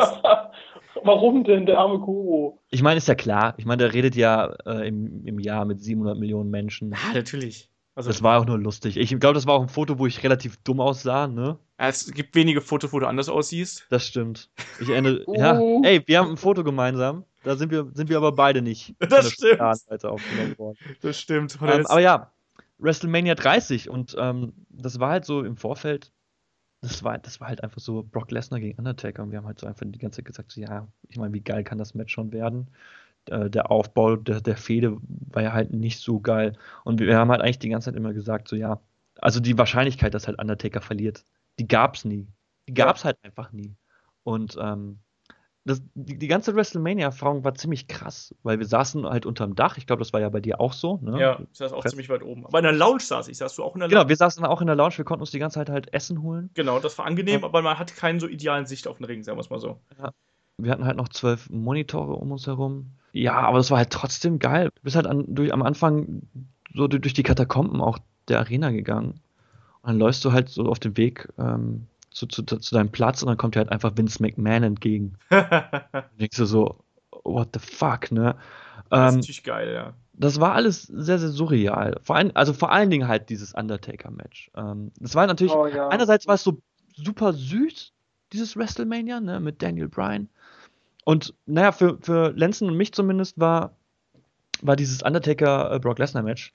Warum denn, der arme Kuro? Ich meine, ist ja klar. Ich meine, der redet ja äh, im, im Jahr mit siebenhundert Millionen Menschen. ja, natürlich. Also, Das war auch nur lustig. Ich glaube, das war auch ein Foto, wo ich relativ dumm aussah, ne? es gibt wenige Fotos, wo du anders aussiehst. Das stimmt. Ich erinnere. Uh. Ja, ey, wir haben ein Foto gemeinsam. Da sind wir, sind wir aber beide nicht. von Das der stimmt. Spontanseite aufgenommen worden. Das stimmt. Und Ähm, jetzt- aber ja, WrestleMania dreißig und ähm, das war halt so im Vorfeld, das war, das war halt einfach so Brock Lesnar gegen Undertaker und wir haben halt so einfach die ganze Zeit gesagt, so, ja, ich meine, wie geil kann das Match schon werden? Äh, der Aufbau der, der Fehde war ja halt nicht so geil und wir haben halt eigentlich die ganze Zeit immer gesagt, so ja, also die Wahrscheinlichkeit, dass halt Undertaker verliert, die gab's nie. Die gab's halt einfach nie. Und ähm, das, die, die ganze WrestleMania-Erfahrung war ziemlich krass, weil wir saßen halt unterm Dach. Ich glaube, das war ja bei dir auch so. Ne? ja, ich saß auch Fest- ziemlich weit oben. Aber in der Lounge saß ich. Saß du auch in der Genau, Lounge? wir saßen auch in der Lounge, wir konnten uns die ganze Zeit halt Essen holen. Genau, das war angenehm, Ja. aber man hat keinen so idealen Sicht auf den Ring, sagen wir es mal so. Wir hatten halt noch zwölf Monitore um uns herum. Ja, aber das war halt trotzdem geil. Du bist halt an, durch, am Anfang so durch die Katakomben auch der Arena gegangen. Und dann läufst du halt so auf dem Weg ähm, zu, zu, zu deinem Platz und dann kommt dir halt einfach Vince McMahon entgegen. Und denkst du so, what the fuck, ne? Das ist Ähm, natürlich geil, ja. das war alles sehr, sehr surreal. Vor allem, also vor allen Dingen halt dieses Undertaker-Match. Ähm, das war natürlich, Oh, ja. einerseits war es so super süß, dieses WrestleMania, ne, mit Daniel Bryan. Und naja, für, für Lenzen und mich zumindest war, war dieses Undertaker-Brock Lesnar-Match.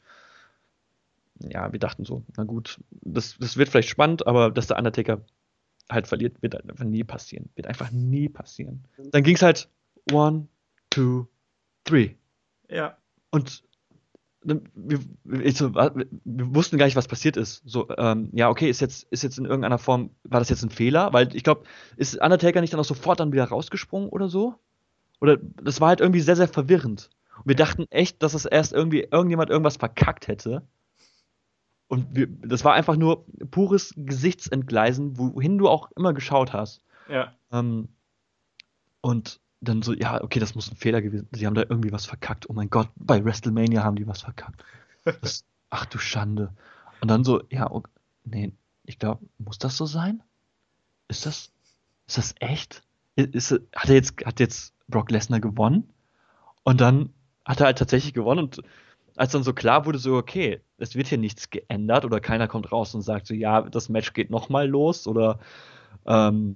Ja, wir dachten so, na gut, das, das wird vielleicht spannend, aber dass der Undertaker halt verliert, wird einfach nie passieren. Wird einfach nie passieren. Dann ging es halt one, two, three. Ja. Und dann- wir, ich so, wa- wir wussten gar nicht, was passiert ist. So, ähm, ja, okay, ist jetzt, ist jetzt in irgendeiner Form, war das jetzt ein Fehler? Weil ich glaube, ist Undertaker nicht dann auch sofort dann wieder rausgesprungen oder so? Oder das war halt irgendwie sehr, sehr verwirrend. Und wir dachten echt, dass es erst irgendwie irgendjemand irgendwas verkackt hätte. Und wir, das war einfach nur pures Gesichtsentgleisen, wohin du auch immer geschaut hast. Ja. Ähm, und dann so, ja, okay, das muss ein Fehler gewesen sein. Sie haben da irgendwie was verkackt. Oh mein Gott, bei WrestleMania haben die was verkackt. Das, ach du Schande. Und dann so, ja, okay, nee, ich glaube, muss das so sein? Ist das, ist das echt? Ist, ist, hat er jetzt, hat jetzt Brock Lesnar gewonnen? Und dann hat er halt tatsächlich gewonnen. Und als dann so klar wurde, so, okay, es wird hier nichts geändert oder keiner kommt raus und sagt so, ja, das Match geht nochmal los oder ähm,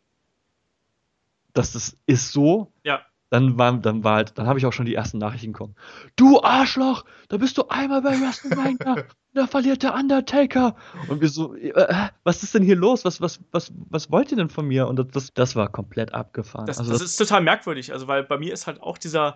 dass das ist so, Ja. dann war, dann war halt, dann habe ich auch schon die ersten Nachrichten bekommen. Du Arschloch, da bist du einmal bei WrestleMania, da verliert der Undertaker. Und wir so, äh, was ist denn hier los? Was, was, was, was wollt ihr denn von mir? Und das, das, das war komplett abgefahren. Das, also das das, ist total merkwürdig, also weil bei mir ist halt auch dieser.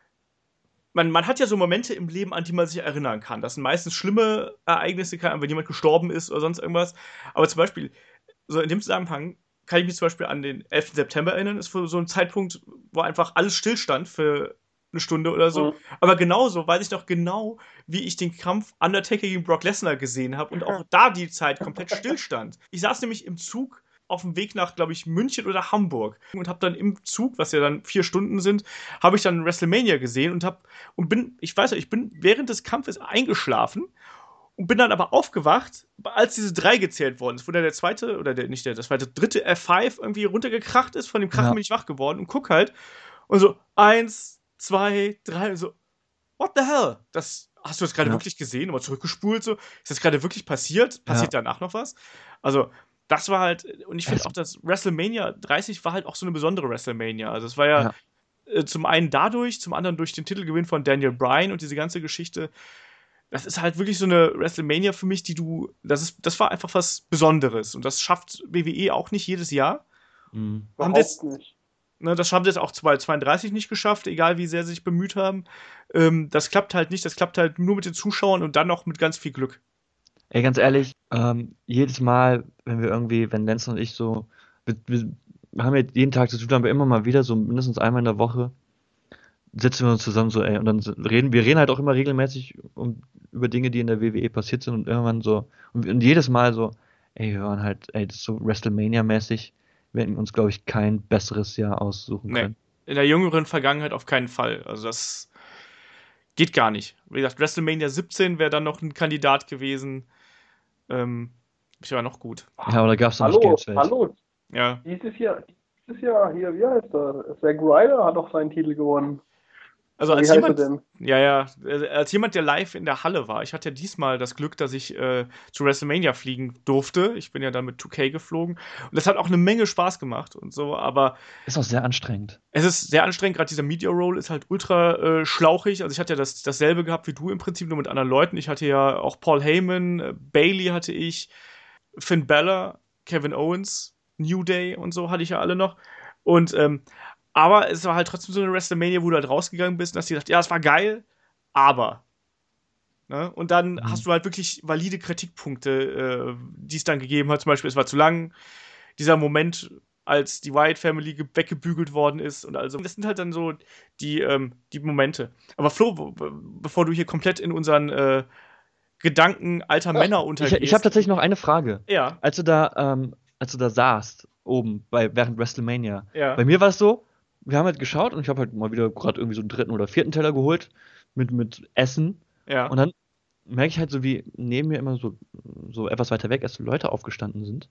Man, man hat ja so Momente im Leben, an die man sich erinnern kann. Das sind meistens schlimme Ereignisse, wenn jemand gestorben ist oder sonst irgendwas. Aber zum Beispiel, so in dem Zusammenhang kann ich mich zum Beispiel an den elften September erinnern. Ist so ein Zeitpunkt, wo einfach alles stillstand für eine Stunde oder so. Mhm. Aber genauso weiß ich noch genau, wie ich den Kampf Undertaker gegen Brock Lesnar gesehen habe und auch da die Zeit komplett stillstand. Ich saß nämlich im Zug auf dem Weg nach, glaube ich, München oder Hamburg und habe dann im Zug, was ja dann vier Stunden sind, habe ich dann WrestleMania gesehen und hab und bin, ich weiß nicht, ich bin während des Kampfes eingeschlafen und bin dann aber aufgewacht, als diese drei gezählt worden ist, wo dann der zweite, oder der, nicht der, das zweite, dritte F fünf irgendwie runtergekracht ist, von dem Krachen Ja. bin ich wach geworden und guck halt und so, eins, zwei, drei, und so, what the hell? Das hast du das gerade Ja. wirklich gesehen, aber zurückgespult so? Ist das gerade wirklich passiert? Passiert danach noch was? Also, das war halt, und ich finde Es- auch, dass WrestleMania dreißig war halt auch so eine besondere WrestleMania. Also, es war ja, Ja. äh, zum einen dadurch, zum anderen durch den Titelgewinn von Daniel Bryan und diese ganze Geschichte. Das ist halt wirklich so eine WrestleMania für mich, die du, das ist, das war einfach was Besonderes und das schafft W W E auch nicht jedes Jahr. Mhm. Haben das, Überhaupt nicht. ne, das haben sie jetzt auch zweitausendzweiunddreißig nicht geschafft, egal wie sehr sie sich bemüht haben. Ähm, das klappt halt nicht, das klappt halt nur mit den Zuschauern und dann noch mit ganz viel Glück. Ey, ganz ehrlich, ähm, jedes Mal, wenn wir irgendwie, wenn Lenz und ich so, wir, wir haben ja jeden Tag zu tun, aber immer mal wieder, so mindestens einmal in der Woche, sitzen wir uns zusammen so, ey, und dann s- reden, wir reden halt auch immer regelmäßig um, über Dinge, die in der W W E passiert sind und irgendwann so, und, und jedes Mal so, ey, wir waren halt, ey, das ist so WrestleMania-mäßig, wir hätten uns, glaube ich, kein besseres Jahr aussuchen Nee. können. In der jüngeren Vergangenheit auf keinen Fall. Also das geht gar nicht. Wie gesagt, WrestleMania siebzehn wäre dann noch ein Kandidat gewesen. Ähm, das war noch gut. Ja, aber da gab es noch nicht Hallo, Games Feld. hallo. Ja. Dieses Jahr, dieses Jahr hier, wie heißt er? Zack Ryder hat doch seinen Titel gewonnen. Also Oder als wie heißt er jemand, denn? ja, ja, äh, als jemand, der live in der Halle war, ich hatte ja diesmal das Glück, dass ich äh, zu WrestleMania fliegen durfte. Ich bin ja dann mit zwei K geflogen und das hat auch eine Menge Spaß gemacht und so, aber Ist auch sehr anstrengend. es ist sehr anstrengend, gerade dieser Media Roll ist halt ultra äh, schlauchig. Also ich hatte ja das, dasselbe gehabt wie du im Prinzip, nur mit anderen Leuten. Ich hatte ja auch Paul Heyman, äh, Bailey hatte ich, Finn Balor, Kevin Owens, New Day und so hatte ich ja alle noch. Und ähm, aber es war halt trotzdem so eine WrestleMania, wo du halt rausgegangen bist und hast dir gedacht, ja, es war geil, aber. Ne? Und dann Mhm. hast du halt wirklich valide Kritikpunkte, äh, die es dann gegeben hat. Zum Beispiel, es war zu lang. Dieser Moment, als die Wyatt Family ge- weggebügelt worden ist und also. Das sind halt dann so die, ähm, die Momente. Aber Flo, wo- wo- bevor du hier komplett in unseren äh, Gedanken alter Männer Ich, untergehst. ich habe tatsächlich noch eine Frage. Ja, Als du da, ähm, als du da saßt, oben, bei, während WrestleMania, ja. bei mir war es so, wir haben halt geschaut und ich habe halt mal wieder gerade irgendwie so einen dritten oder vierten Teller geholt mit, mit Essen. Ja. Und dann merke ich halt so, wie neben mir immer so, so etwas weiter weg erst so Leute aufgestanden sind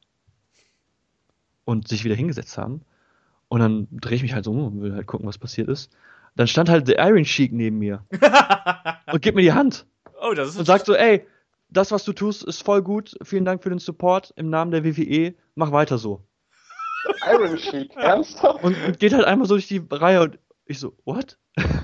und sich wieder hingesetzt haben. Und dann drehe ich mich halt so um und will halt gucken, was passiert ist. Dann stand halt der Iron Sheik neben mir und gibt mir die Hand Oh, das ist und sagt so, ey, das, was du tust, ist voll gut. Vielen Dank für den Support im Namen der W W E. Mach weiter so. Iron Sheik, ernsthaft? Und, und geht halt einmal so durch die Reihe und ich so, what?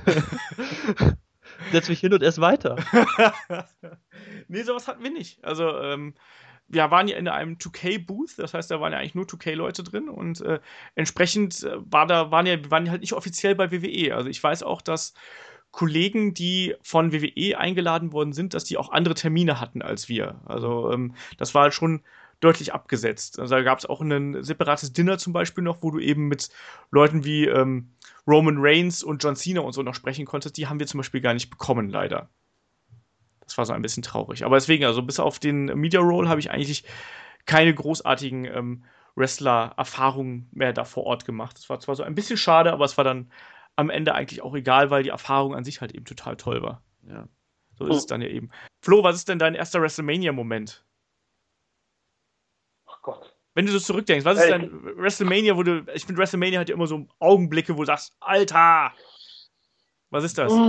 Setz mich hin und ess weiter. Nee, sowas hatten wir nicht. Also, ähm, wir waren ja in einem zwei K-Booth, das heißt, da waren ja eigentlich nur zwei K-Leute drin und äh, entsprechend äh, war da, waren ja, waren die halt nicht offiziell bei W W E. Also ich weiß auch, dass Kollegen, die von W W E eingeladen worden sind, dass die auch andere Termine hatten als wir. Also ähm, das war halt schon deutlich abgesetzt. Also da gab es auch ein separates Dinner zum Beispiel noch, wo du eben mit Leuten wie ähm, Roman Reigns und John Cena und so noch sprechen konntest. Die haben wir zum Beispiel gar nicht bekommen, leider. Das war so ein bisschen traurig. Aber deswegen, also bis auf den Media Roll habe ich eigentlich keine großartigen ähm, Wrestler-Erfahrungen mehr da vor Ort gemacht. Das war zwar so ein bisschen schade, aber es war dann am Ende eigentlich auch egal, weil die Erfahrung an sich halt eben total toll war. Ja. So ist es dann ja eben. Flo, was ist denn dein erster WrestleMania-Moment? Ach Gott. Wenn du so zurückdenkst, was ist dein WrestleMania, wo du, ich finde WrestleMania hat ja immer so Augenblicke, wo du sagst, Alter, was ist das?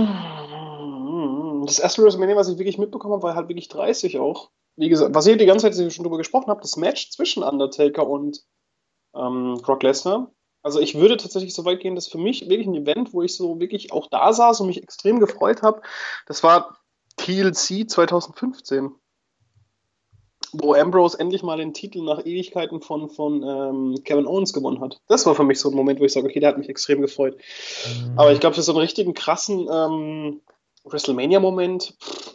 Das erste WrestleMania, was ich wirklich mitbekommen habe, war halt wirklich dreißig auch. Wie gesagt, was ihr die ganze Zeit schon drüber gesprochen habt, das Match zwischen Undertaker und ähm, Brock Lesnar. Also ich würde tatsächlich so weit gehen, dass für mich wirklich ein Event, wo ich so wirklich auch da saß und mich extrem gefreut habe, das war T L C zwanzig fünfzehn, wo Ambrose endlich mal den Titel nach Ewigkeiten von, von ähm, Kevin Owens gewonnen hat. Das war für mich so ein Moment, wo ich sage, okay, der hat mich extrem gefreut. Mhm. Aber ich glaube, für so einen richtigen krassen ähm, WrestleMania-Moment,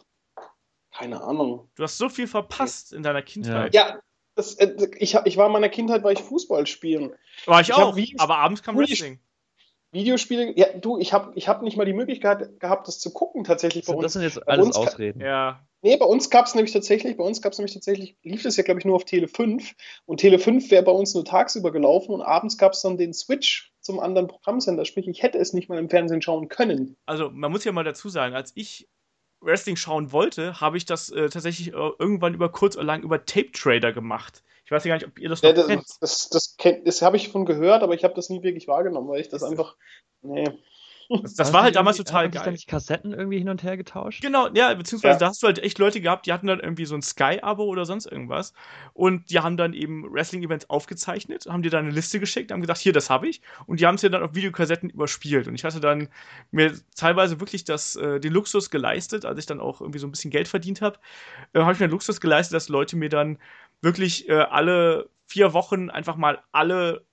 keine Ahnung. Du hast so viel verpasst in deiner Kindheit. Ja, das, äh, ich, ich war in meiner Kindheit, war ich Fußball spielen. War ich, ich auch, aber abends kam Wrestling. Videospiele, ja, du, ich habe ich hab nicht mal die Möglichkeit gehabt, das zu gucken tatsächlich bei uns. Das sind jetzt alles Ausreden. Ja. Nee, bei uns gab es nämlich tatsächlich, bei uns gab es nämlich tatsächlich, lief das ja, glaube ich, nur auf Tele fünf und Tele fünf wäre bei uns nur tagsüber gelaufen und abends gab es dann den Switch zum anderen Programmsender, sprich, ich hätte es nicht mal im Fernsehen schauen können. Also, man muss ja mal dazu sagen, als ich Wrestling schauen wollte, habe ich das äh, tatsächlich äh, irgendwann über kurz oder lang über Tape Trader gemacht. Ich weiß ja gar nicht, ob ihr das noch ja, das, kennt. Das, das, das, das habe ich von gehört, aber ich habe das nie wirklich wahrgenommen, weil ich das einfach, nee. Das, das war halt damals total geil. geil. Hast du nicht Kassetten irgendwie hin und her getauscht? Genau, ja, beziehungsweise ja. da hast du halt echt Leute gehabt, die hatten dann irgendwie so ein Sky-Abo oder sonst irgendwas und die haben dann eben Wrestling-Events aufgezeichnet, haben dir dann eine Liste geschickt, haben gesagt, hier, das habe ich und die haben es dir dann auf Videokassetten überspielt und ich hatte dann mir teilweise wirklich das, äh, den Luxus geleistet, als ich dann auch irgendwie so ein bisschen Geld verdient habe, äh, habe ich mir den Luxus geleistet, dass Leute mir dann wirklich äh, alle vier Wochen einfach mal alle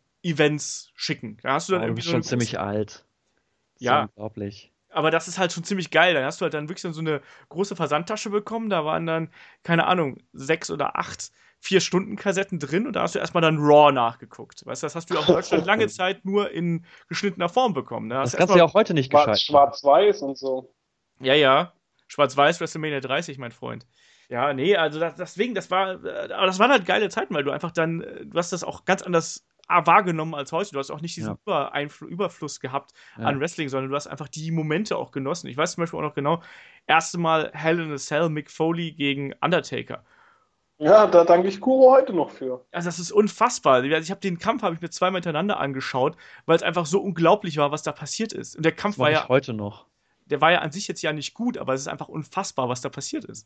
Events schicken. Da hast du dann oh, irgendwie du bist so schon ziemlich alt. Ja. Unglaublich. Aber das ist halt schon ziemlich geil. Dann hast du halt dann wirklich so eine große Versandtasche bekommen. Da waren dann, keine Ahnung, sechs oder acht Vier-Stunden-Kassetten drin und da hast du erstmal dann Raw nachgeguckt. Weißt du, das hast du auch in Deutschland lange Zeit nur in geschnittener Form bekommen. Da das kannst du ja auch heute nicht gescheit. Schwarz-Weiß und so. Ja, ja. Schwarz-Weiß, WrestleMania dreißig, mein Freund. Ja, nee, also das, deswegen, das war, aber das waren halt geile Zeiten, weil du einfach dann, du hast das auch ganz anders wahrgenommen als heute. Du hast auch nicht diesen ja. Übereinfl- Überfluss gehabt ja. an Wrestling, sondern du hast einfach die Momente auch genossen. Ich weiß zum Beispiel auch noch genau, erste Mal Hell in a Cell, Mick Foley gegen Undertaker. Ja, da danke ich Kuro heute noch für. Also das ist unfassbar. Ich habe den Kampf habe ich mir zweimal hintereinander angeschaut, weil es einfach so unglaublich war, was da passiert ist. Und der Kampf das war ja ich heute noch. Der war ja an sich jetzt ja nicht gut, aber es ist einfach unfassbar, was da passiert ist.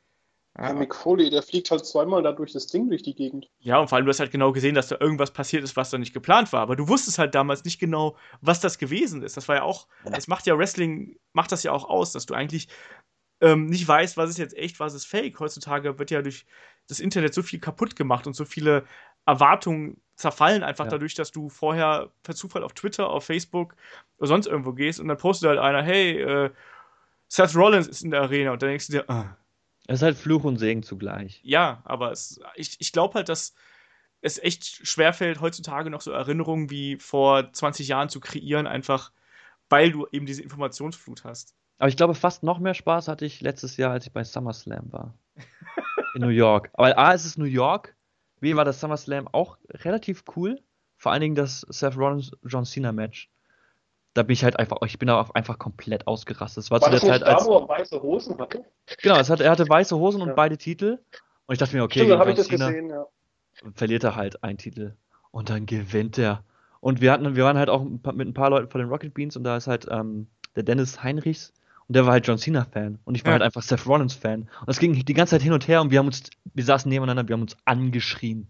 Ja, Mick Foley, der fliegt halt zweimal da durch das Ding durch die Gegend. Ja, und vor allem, du hast halt genau gesehen, dass da irgendwas passiert ist, was da nicht geplant war. Aber du wusstest halt damals nicht genau, was das gewesen ist. Das war ja auch, das macht ja Wrestling, macht das ja auch aus, dass du eigentlich ähm, nicht weißt, was ist jetzt echt, was ist fake. Heutzutage wird ja durch das Internet so viel kaputt gemacht und so viele Erwartungen zerfallen einfach Ja. dadurch, dass du vorher per Zufall auf Twitter, auf Facebook oder sonst irgendwo gehst und dann postet halt einer, hey, äh, Seth Rollins ist in der Arena und dann denkst du dir, ah. Es ist halt Fluch und Segen zugleich. Ja, aber es, ich, ich glaube halt, dass es echt schwerfällt, heutzutage noch so Erinnerungen wie vor zwanzig Jahren zu kreieren, einfach weil du eben diese Informationsflut hast. Aber ich glaube, fast noch mehr Spaß hatte ich letztes Jahr, als ich bei SummerSlam war. In New York. Aber A, ist es New York. B, war das SummerSlam auch relativ cool. Vor allen Dingen das Seth Rollins-John Cena-Match. Da bin ich halt einfach, ich bin da einfach komplett ausgerastet. Das war, war zu der Zeit, als. Da, wo er weiße Hosen hatte? Genau, es hat, er hatte weiße Hosen und ja. beide Titel. Und ich dachte mir, okay, Stimmt, gegen hab John ich das Cena gesehen, ja. verliert er halt einen Titel. Und dann gewinnt er. Und wir hatten, wir waren halt auch mit ein paar Leuten von den Rocket Beans und da ist halt ähm, der Dennis Heinrichs und der war halt John Cena-Fan. Und ich war ja. halt einfach Seth Rollins-Fan. Und es ging die ganze Zeit hin und her und wir haben uns, wir saßen nebeneinander, wir haben uns angeschrien.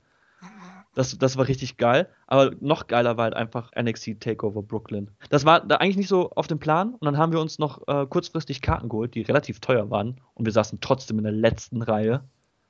Das, das war richtig geil, aber noch geiler war halt einfach N X T Takeover Brooklyn. Das war da eigentlich nicht so auf dem Plan und dann haben wir uns noch äh, kurzfristig Karten geholt, die relativ teuer waren und wir saßen trotzdem in der letzten Reihe,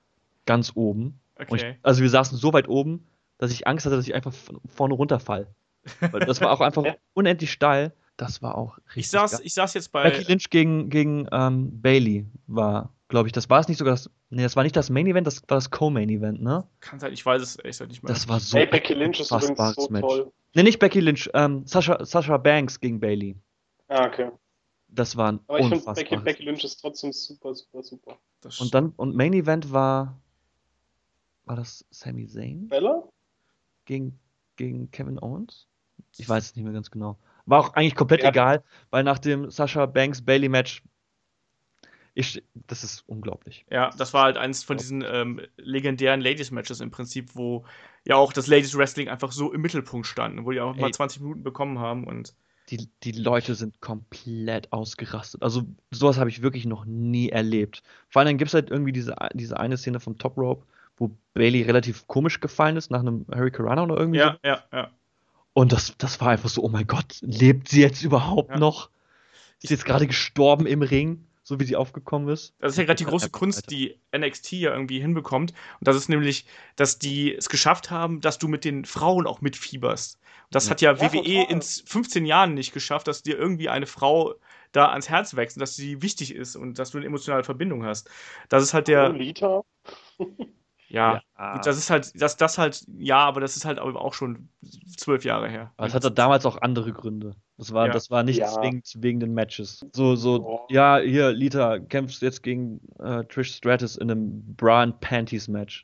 ganz oben. Okay. Ich, also wir saßen so weit oben, dass ich Angst hatte, dass ich einfach vorne runterfall. Weil das war auch einfach unendlich steil. Das war auch richtig ich saß, geil. Ich saß jetzt bei... Becky Lynch gegen, gegen ähm, Bayley war glaube ich. Das war es nicht sogar das. Nee, das war nicht das Main Event, das war das Co-Main Event, ne? Kann sein, ich weiß es echt nicht mehr. Das war so Ey, ein Becky Lynch ist übrigens unfassbares so Match. toll. Nee, nicht Becky Lynch, ähm, Sasha, Sasha Banks gegen Bayley. Ah, okay. Das war ein Aber ich finde, unfassbares. Becky, Becky Lynch ist trotzdem super, super, super. Das Und dann, und Main Event war. War das Sami Zayn Bella? gegen, gegen Kevin Owens? Ich weiß es nicht mehr ganz genau. War auch eigentlich komplett Ja. egal, weil nach dem Sasha Banks Bayley Match. Ich, das ist unglaublich. Ja, das war halt eins von diesen ähm, legendären Ladies-Matches im Prinzip, wo ja auch das Ladies-Wrestling einfach so im Mittelpunkt stand, wo die auch mal Ey. zwanzig Minuten bekommen haben und Die, die Leute sind komplett ausgerastet. Also, sowas habe ich wirklich noch nie erlebt. Vor allem gibt es halt irgendwie diese, diese eine Szene vom Top Rope, wo Bayley relativ komisch gefallen ist nach einem Hurricane oder irgendwie ja, so. ja, ja. Und das, das war einfach so, oh mein Gott, lebt sie jetzt überhaupt Ja. noch? Ist sie jetzt gerade gestorben im Ring, so wie sie aufgekommen ist? Das ist ja gerade die große Einfach Kunst, weiter. die N X T ja irgendwie hinbekommt. Und das ist nämlich, dass die es geschafft haben, dass du mit den Frauen auch mitfieberst. Und das Ja. hat ja, Ja, W W E total. in fünfzehn Jahren nicht geschafft, dass dir irgendwie eine Frau da ans Herz wächst und dass sie wichtig ist und dass du eine emotionale Verbindung hast. Das ist halt der, Lita? ja, Ja. gut, das ist halt, das, das halt, ja, aber das ist halt aber auch schon zwölf Jahre her. Aber es hatte damals auch andere Gründe. Das war, Ja. das war nicht Ja. zwingend wegen den Matches. So, so, Oh. ja, hier, Lita kämpft jetzt gegen äh, Trish Stratus in einem Bra and Panties Match.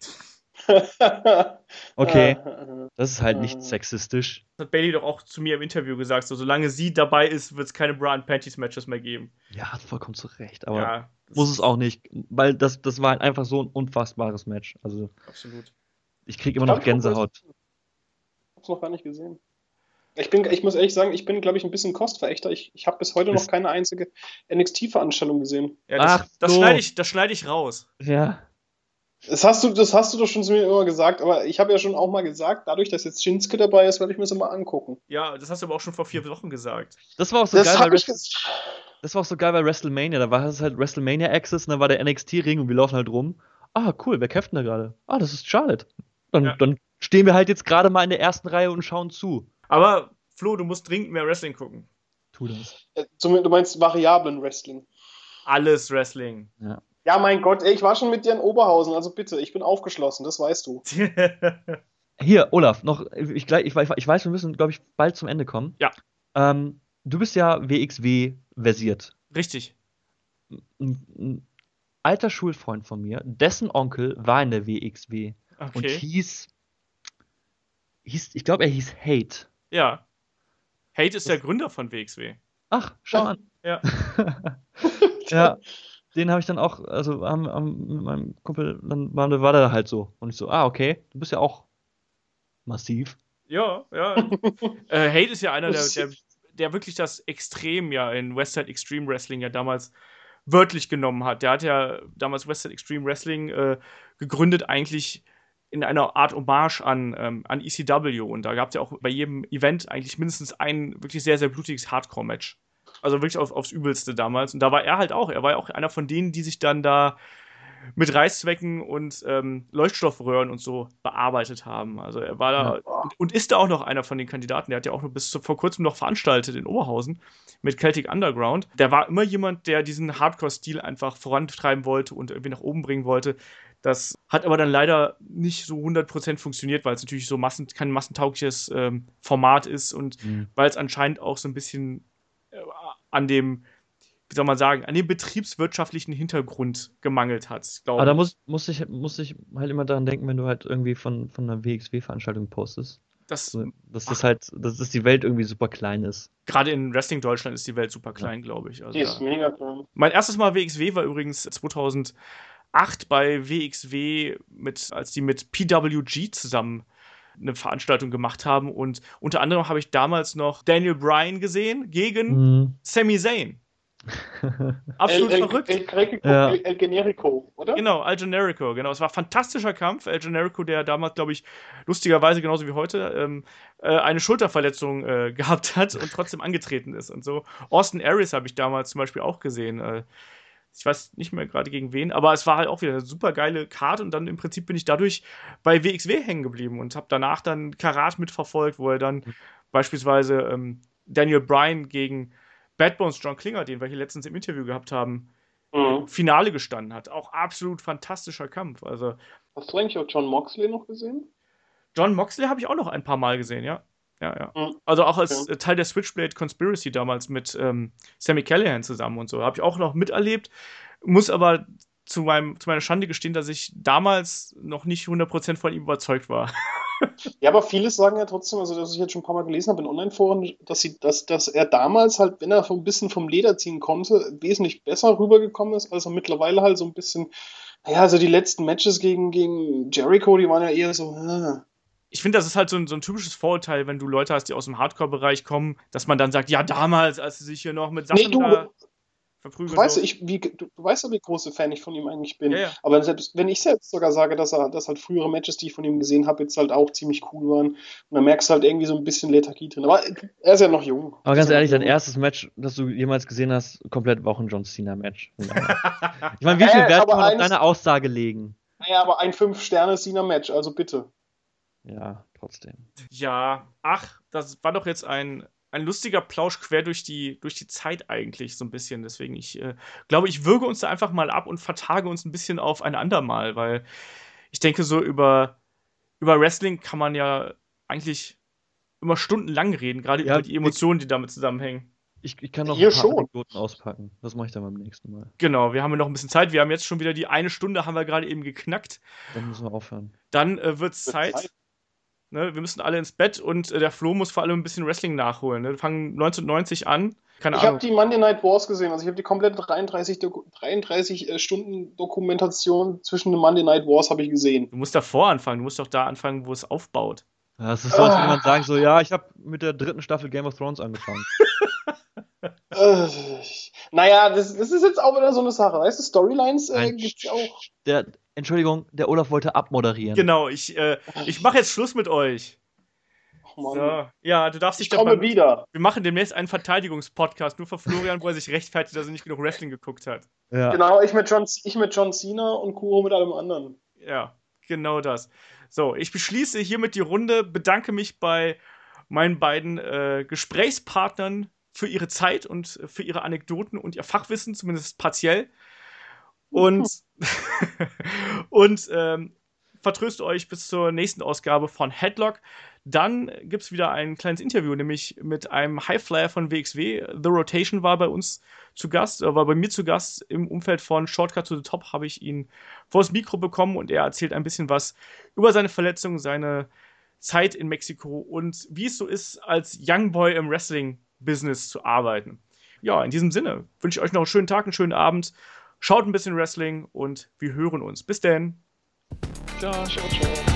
Okay. Ah, Das ist halt Ah. nicht sexistisch. Das hat Bailey doch auch zu mir im Interview gesagt, so, solange sie dabei ist, wird es keine Bra and Panties Matches mehr geben. Ja, hat vollkommen zu Recht, aber Ja, das muss ist es auch nicht, weil das, das war halt einfach so ein unfassbares Match. Also, absolut. ich kriege immer Ich noch glaub, ich guck Gänsehaut. Ich hab's noch gar nicht gesehen. Ich, bin, ich muss ehrlich sagen, ich bin, glaube ich, ein bisschen Kostverächter. Ich, ich habe bis heute noch Ist- keine einzige N X T-Veranstaltung gesehen. Ja, das, Ach das so. schneide ich, das schneide ich raus. Ja. Das hast du, das hast du doch schon zu mir immer gesagt, aber ich habe ja schon auch mal gesagt, dadurch, dass jetzt Shinsuke dabei ist, werde ich mir das mal angucken. Ja, das hast du aber auch schon vor vier Wochen gesagt. Das war auch so Das geil, habe weil ich Wrest- gesagt. das war auch so geil bei WrestleMania. Da war es halt WrestleMania Access und dann war der N X T-Ring und wir laufen halt rum. Ah, cool, wer kämpft denn da gerade? Ah, das ist Charlotte. Dann, Ja. dann stehen wir halt jetzt gerade mal in der ersten Reihe und schauen zu. Aber Flo, du musst dringend mehr Wrestling gucken. Tu das. Äh, zum- Du meinst variablen Wrestling. Alles Wrestling. Ja. Ja, mein Gott, ey, ich war schon mit dir in Oberhausen, also bitte, ich bin aufgeschlossen, das weißt du. Hier, Olaf, noch, ich, gleich- ich, ich weiß, wir müssen, glaube ich, bald zum Ende kommen. Ja. Ähm, du bist ja W X W versiert. Richtig. Ein, ein alter Schulfreund von mir, dessen Onkel war in der W X W und Okay. hieß, hieß ich glaube, er hieß Hate. Ja. Hate ist der Gründer von W X W. Ach, schau Ja. an. Ja. Ja, den habe ich dann auch, also haben, haben mit meinem Kumpel, dann war, war der halt so. Und ich so, ah, okay, du bist ja auch massiv. Ja, ja. äh, Hate ist ja einer, der, der, der wirklich das Extrem ja in Westside Extreme Wrestling ja damals wörtlich genommen hat. Der hat ja damals Westside Extreme Wrestling äh, gegründet, eigentlich in einer Art Hommage an, ähm, an E C W. Und da gab es ja auch bei jedem Event eigentlich mindestens ein wirklich sehr, sehr blutiges Hardcore-Match. Also wirklich auf, aufs Übelste damals. Und da war er halt auch. Er war ja auch einer von denen, die sich dann da mit Reißzwecken und ähm, Leuchtstoffröhren und so bearbeitet haben. Also er war da Ja. und, und ist da auch noch einer von den Kandidaten. Der hat ja auch noch bis zu, vor kurzem noch veranstaltet in Oberhausen mit Celtic Underground. Der war immer jemand, der diesen Hardcore-Stil einfach vorantreiben wollte und irgendwie nach oben bringen wollte. Das hat aber dann leider nicht so hundert Prozent funktioniert, weil es natürlich so massen, kein massentaugliches ähm, Format ist und Mhm. weil es anscheinend auch so ein bisschen äh, an dem, wie soll man sagen, an dem betriebswirtschaftlichen Hintergrund gemangelt hat, glaube Aber da ich. muss, muss, ich, muss ich halt immer daran denken, wenn du halt irgendwie von, von einer W X W-Veranstaltung postest. Das, So, dass das halt, dass das die Welt irgendwie super klein ist. gerade in Wrestling Deutschland ist die Welt super klein, glaube ich. Also Die ist da. mega klein. Mein erstes Mal W X W war übrigens zweitausendacht bei W X W, mit, als die mit P W G zusammen eine Veranstaltung gemacht haben. Und unter anderem habe ich damals noch Daniel Bryan gesehen gegen Mhm. Sami Zayn. Absolut El, El, verrückt. El, Greco, Ja. El, El Generico, oder? Genau, El Generico, genau. Es war ein fantastischer Kampf. El Generico, der damals, glaube ich, lustigerweise genauso wie heute ähm, äh, eine Schulterverletzung äh, gehabt hat und trotzdem angetreten ist und so. Austin Aries habe ich damals zum Beispiel auch gesehen. Äh, ich weiß nicht mehr gerade gegen wen, aber es war halt auch wieder eine super geile Card und dann im Prinzip bin ich dadurch bei W X W hängen geblieben und habe danach dann Karat mitverfolgt, wo er dann Mhm. beispielsweise ähm, Daniel Bryan gegen Bad Bones John Klinger, den wir hier letztens im Interview gehabt haben, Mhm. Finale gestanden hat. Auch absolut fantastischer Kampf. Also Hast du eigentlich auch John Moxley noch gesehen? John Moxley habe ich auch noch ein paar Mal gesehen, ja. Ja, ja. Mhm. Also auch als Okay. äh, Teil der Switchblade Conspiracy damals mit ähm, Sami Callihan zusammen und so. Habe ich auch noch miterlebt. Muss aber zu, meinem, zu meiner Schande gestehen, dass ich damals noch nicht hundert Prozent von ihm überzeugt war. Ja, aber viele sagen ja trotzdem, also dass ich jetzt schon ein paar Mal gelesen habe in Online-Foren, dass, sie, dass, dass er damals halt, wenn er so ein bisschen vom Leder ziehen konnte, wesentlich besser rübergekommen ist, als er mittlerweile halt so ein bisschen, naja, also die letzten Matches gegen, gegen Jericho, die waren ja eher so, äh. Ich finde, das ist halt so ein, so ein typisches Vorurteil, wenn du Leute hast, die aus dem Hardcore-Bereich kommen, dass man dann sagt, ja, damals, als sie sich hier noch mit Sachen Nee, du, da du verprügeln. weißt, So. ja, ich, wie, du, du weißt ja, wie großer Fan ich von ihm eigentlich bin. Ja, ja. Aber selbst, wenn ich selbst sogar sage, dass er, dass halt frühere Matches, die ich von ihm gesehen habe, jetzt halt auch ziemlich cool waren. Und dann merkst du halt irgendwie so ein bisschen Lethargie drin. Aber er ist ja noch jung. Aber Er ganz ist ja ehrlich, noch dein jung. erstes Match, das du jemals gesehen hast, komplett war auch ein John Cena-Match. Von daher. Ich meine, wie viel Äh, Wert aber kann man auf eines- deine Aussage legen? Naja, aber ein Fünf-Sterne-Cena-Match, also bitte. Ja, trotzdem. Ja, ach, das war doch jetzt ein, ein lustiger Plausch quer durch die, durch die Zeit eigentlich, so ein bisschen. Deswegen, ich äh, glaube, ich würge uns da einfach mal ab und vertage uns ein bisschen auf ein andermal, weil ich denke, so über, über Wrestling kann man ja eigentlich immer stundenlang reden, gerade Ja, über die Emotionen, die damit zusammenhängen. Ich, ich kann noch Hier ein paar schon. Anekdoten auspacken. Das mache ich dann beim nächsten Mal. Genau, wir haben ja noch ein bisschen Zeit. Wir haben jetzt schon wieder die eine Stunde, haben wir gerade eben geknackt. Dann müssen wir aufhören. Dann äh, wird es Wird Zeit. Zeit. Ne, wir müssen alle ins Bett und äh, der Flo muss vor allem ein bisschen Wrestling nachholen. Ne? Wir fangen neunzehnhundertneunzig an. Keine Ich habe Ahnung. die Monday Night Wars gesehen, also ich habe die komplette dreiunddreißig, Doku- dreiunddreißig äh, Stunden Dokumentation zwischen den Monday Night Wars habe ich gesehen. Du musst davor anfangen. Du musst doch da anfangen, wo es aufbaut. Ja, es ist so, als würde Ah. man sagen, so, ja, ich habe mit der dritten Staffel Game of Thrones angefangen. Äh, naja, das, das ist jetzt auch wieder so eine Sache, weißt du, Storylines äh, Nein, gibt's ja auch. Der, Entschuldigung, der Olaf wollte abmoderieren. Genau, ich, äh, ich mache jetzt Schluss mit euch. Ach, Mann. So. Ja, du darfst dich Ich komme dabei- wieder. Wir machen demnächst einen Verteidigungspodcast, nur für Florian, wo er sich rechtfertigt, dass er nicht genug Wrestling geguckt hat. Ja. Genau, ich mit, John, ich mit John Cena und Kuro mit allem anderen. Ja, genau das. So, ich beschließe hiermit die Runde, bedanke mich bei meinen beiden äh, Gesprächspartnern für ihre Zeit und für ihre Anekdoten und ihr Fachwissen, zumindest partiell. Und, und ähm, vertröste euch bis zur nächsten Ausgabe von Headlock. Dann gibt es wieder ein kleines Interview, nämlich mit einem Highflyer von W X W. The Rotation war bei uns zu Gast, äh, war bei mir zu Gast im Umfeld von Shortcut to the Top, habe ich ihn vors Mikro bekommen und er erzählt ein bisschen was über seine Verletzung, seine Zeit in Mexiko und wie es so ist, als Young Boy im Wrestling-Business zu arbeiten. Ja, in diesem Sinne wünsche ich euch noch einen schönen Tag, einen schönen Abend. Schaut ein bisschen Wrestling und wir hören uns. Bis denn. Ciao, ciao, ciao.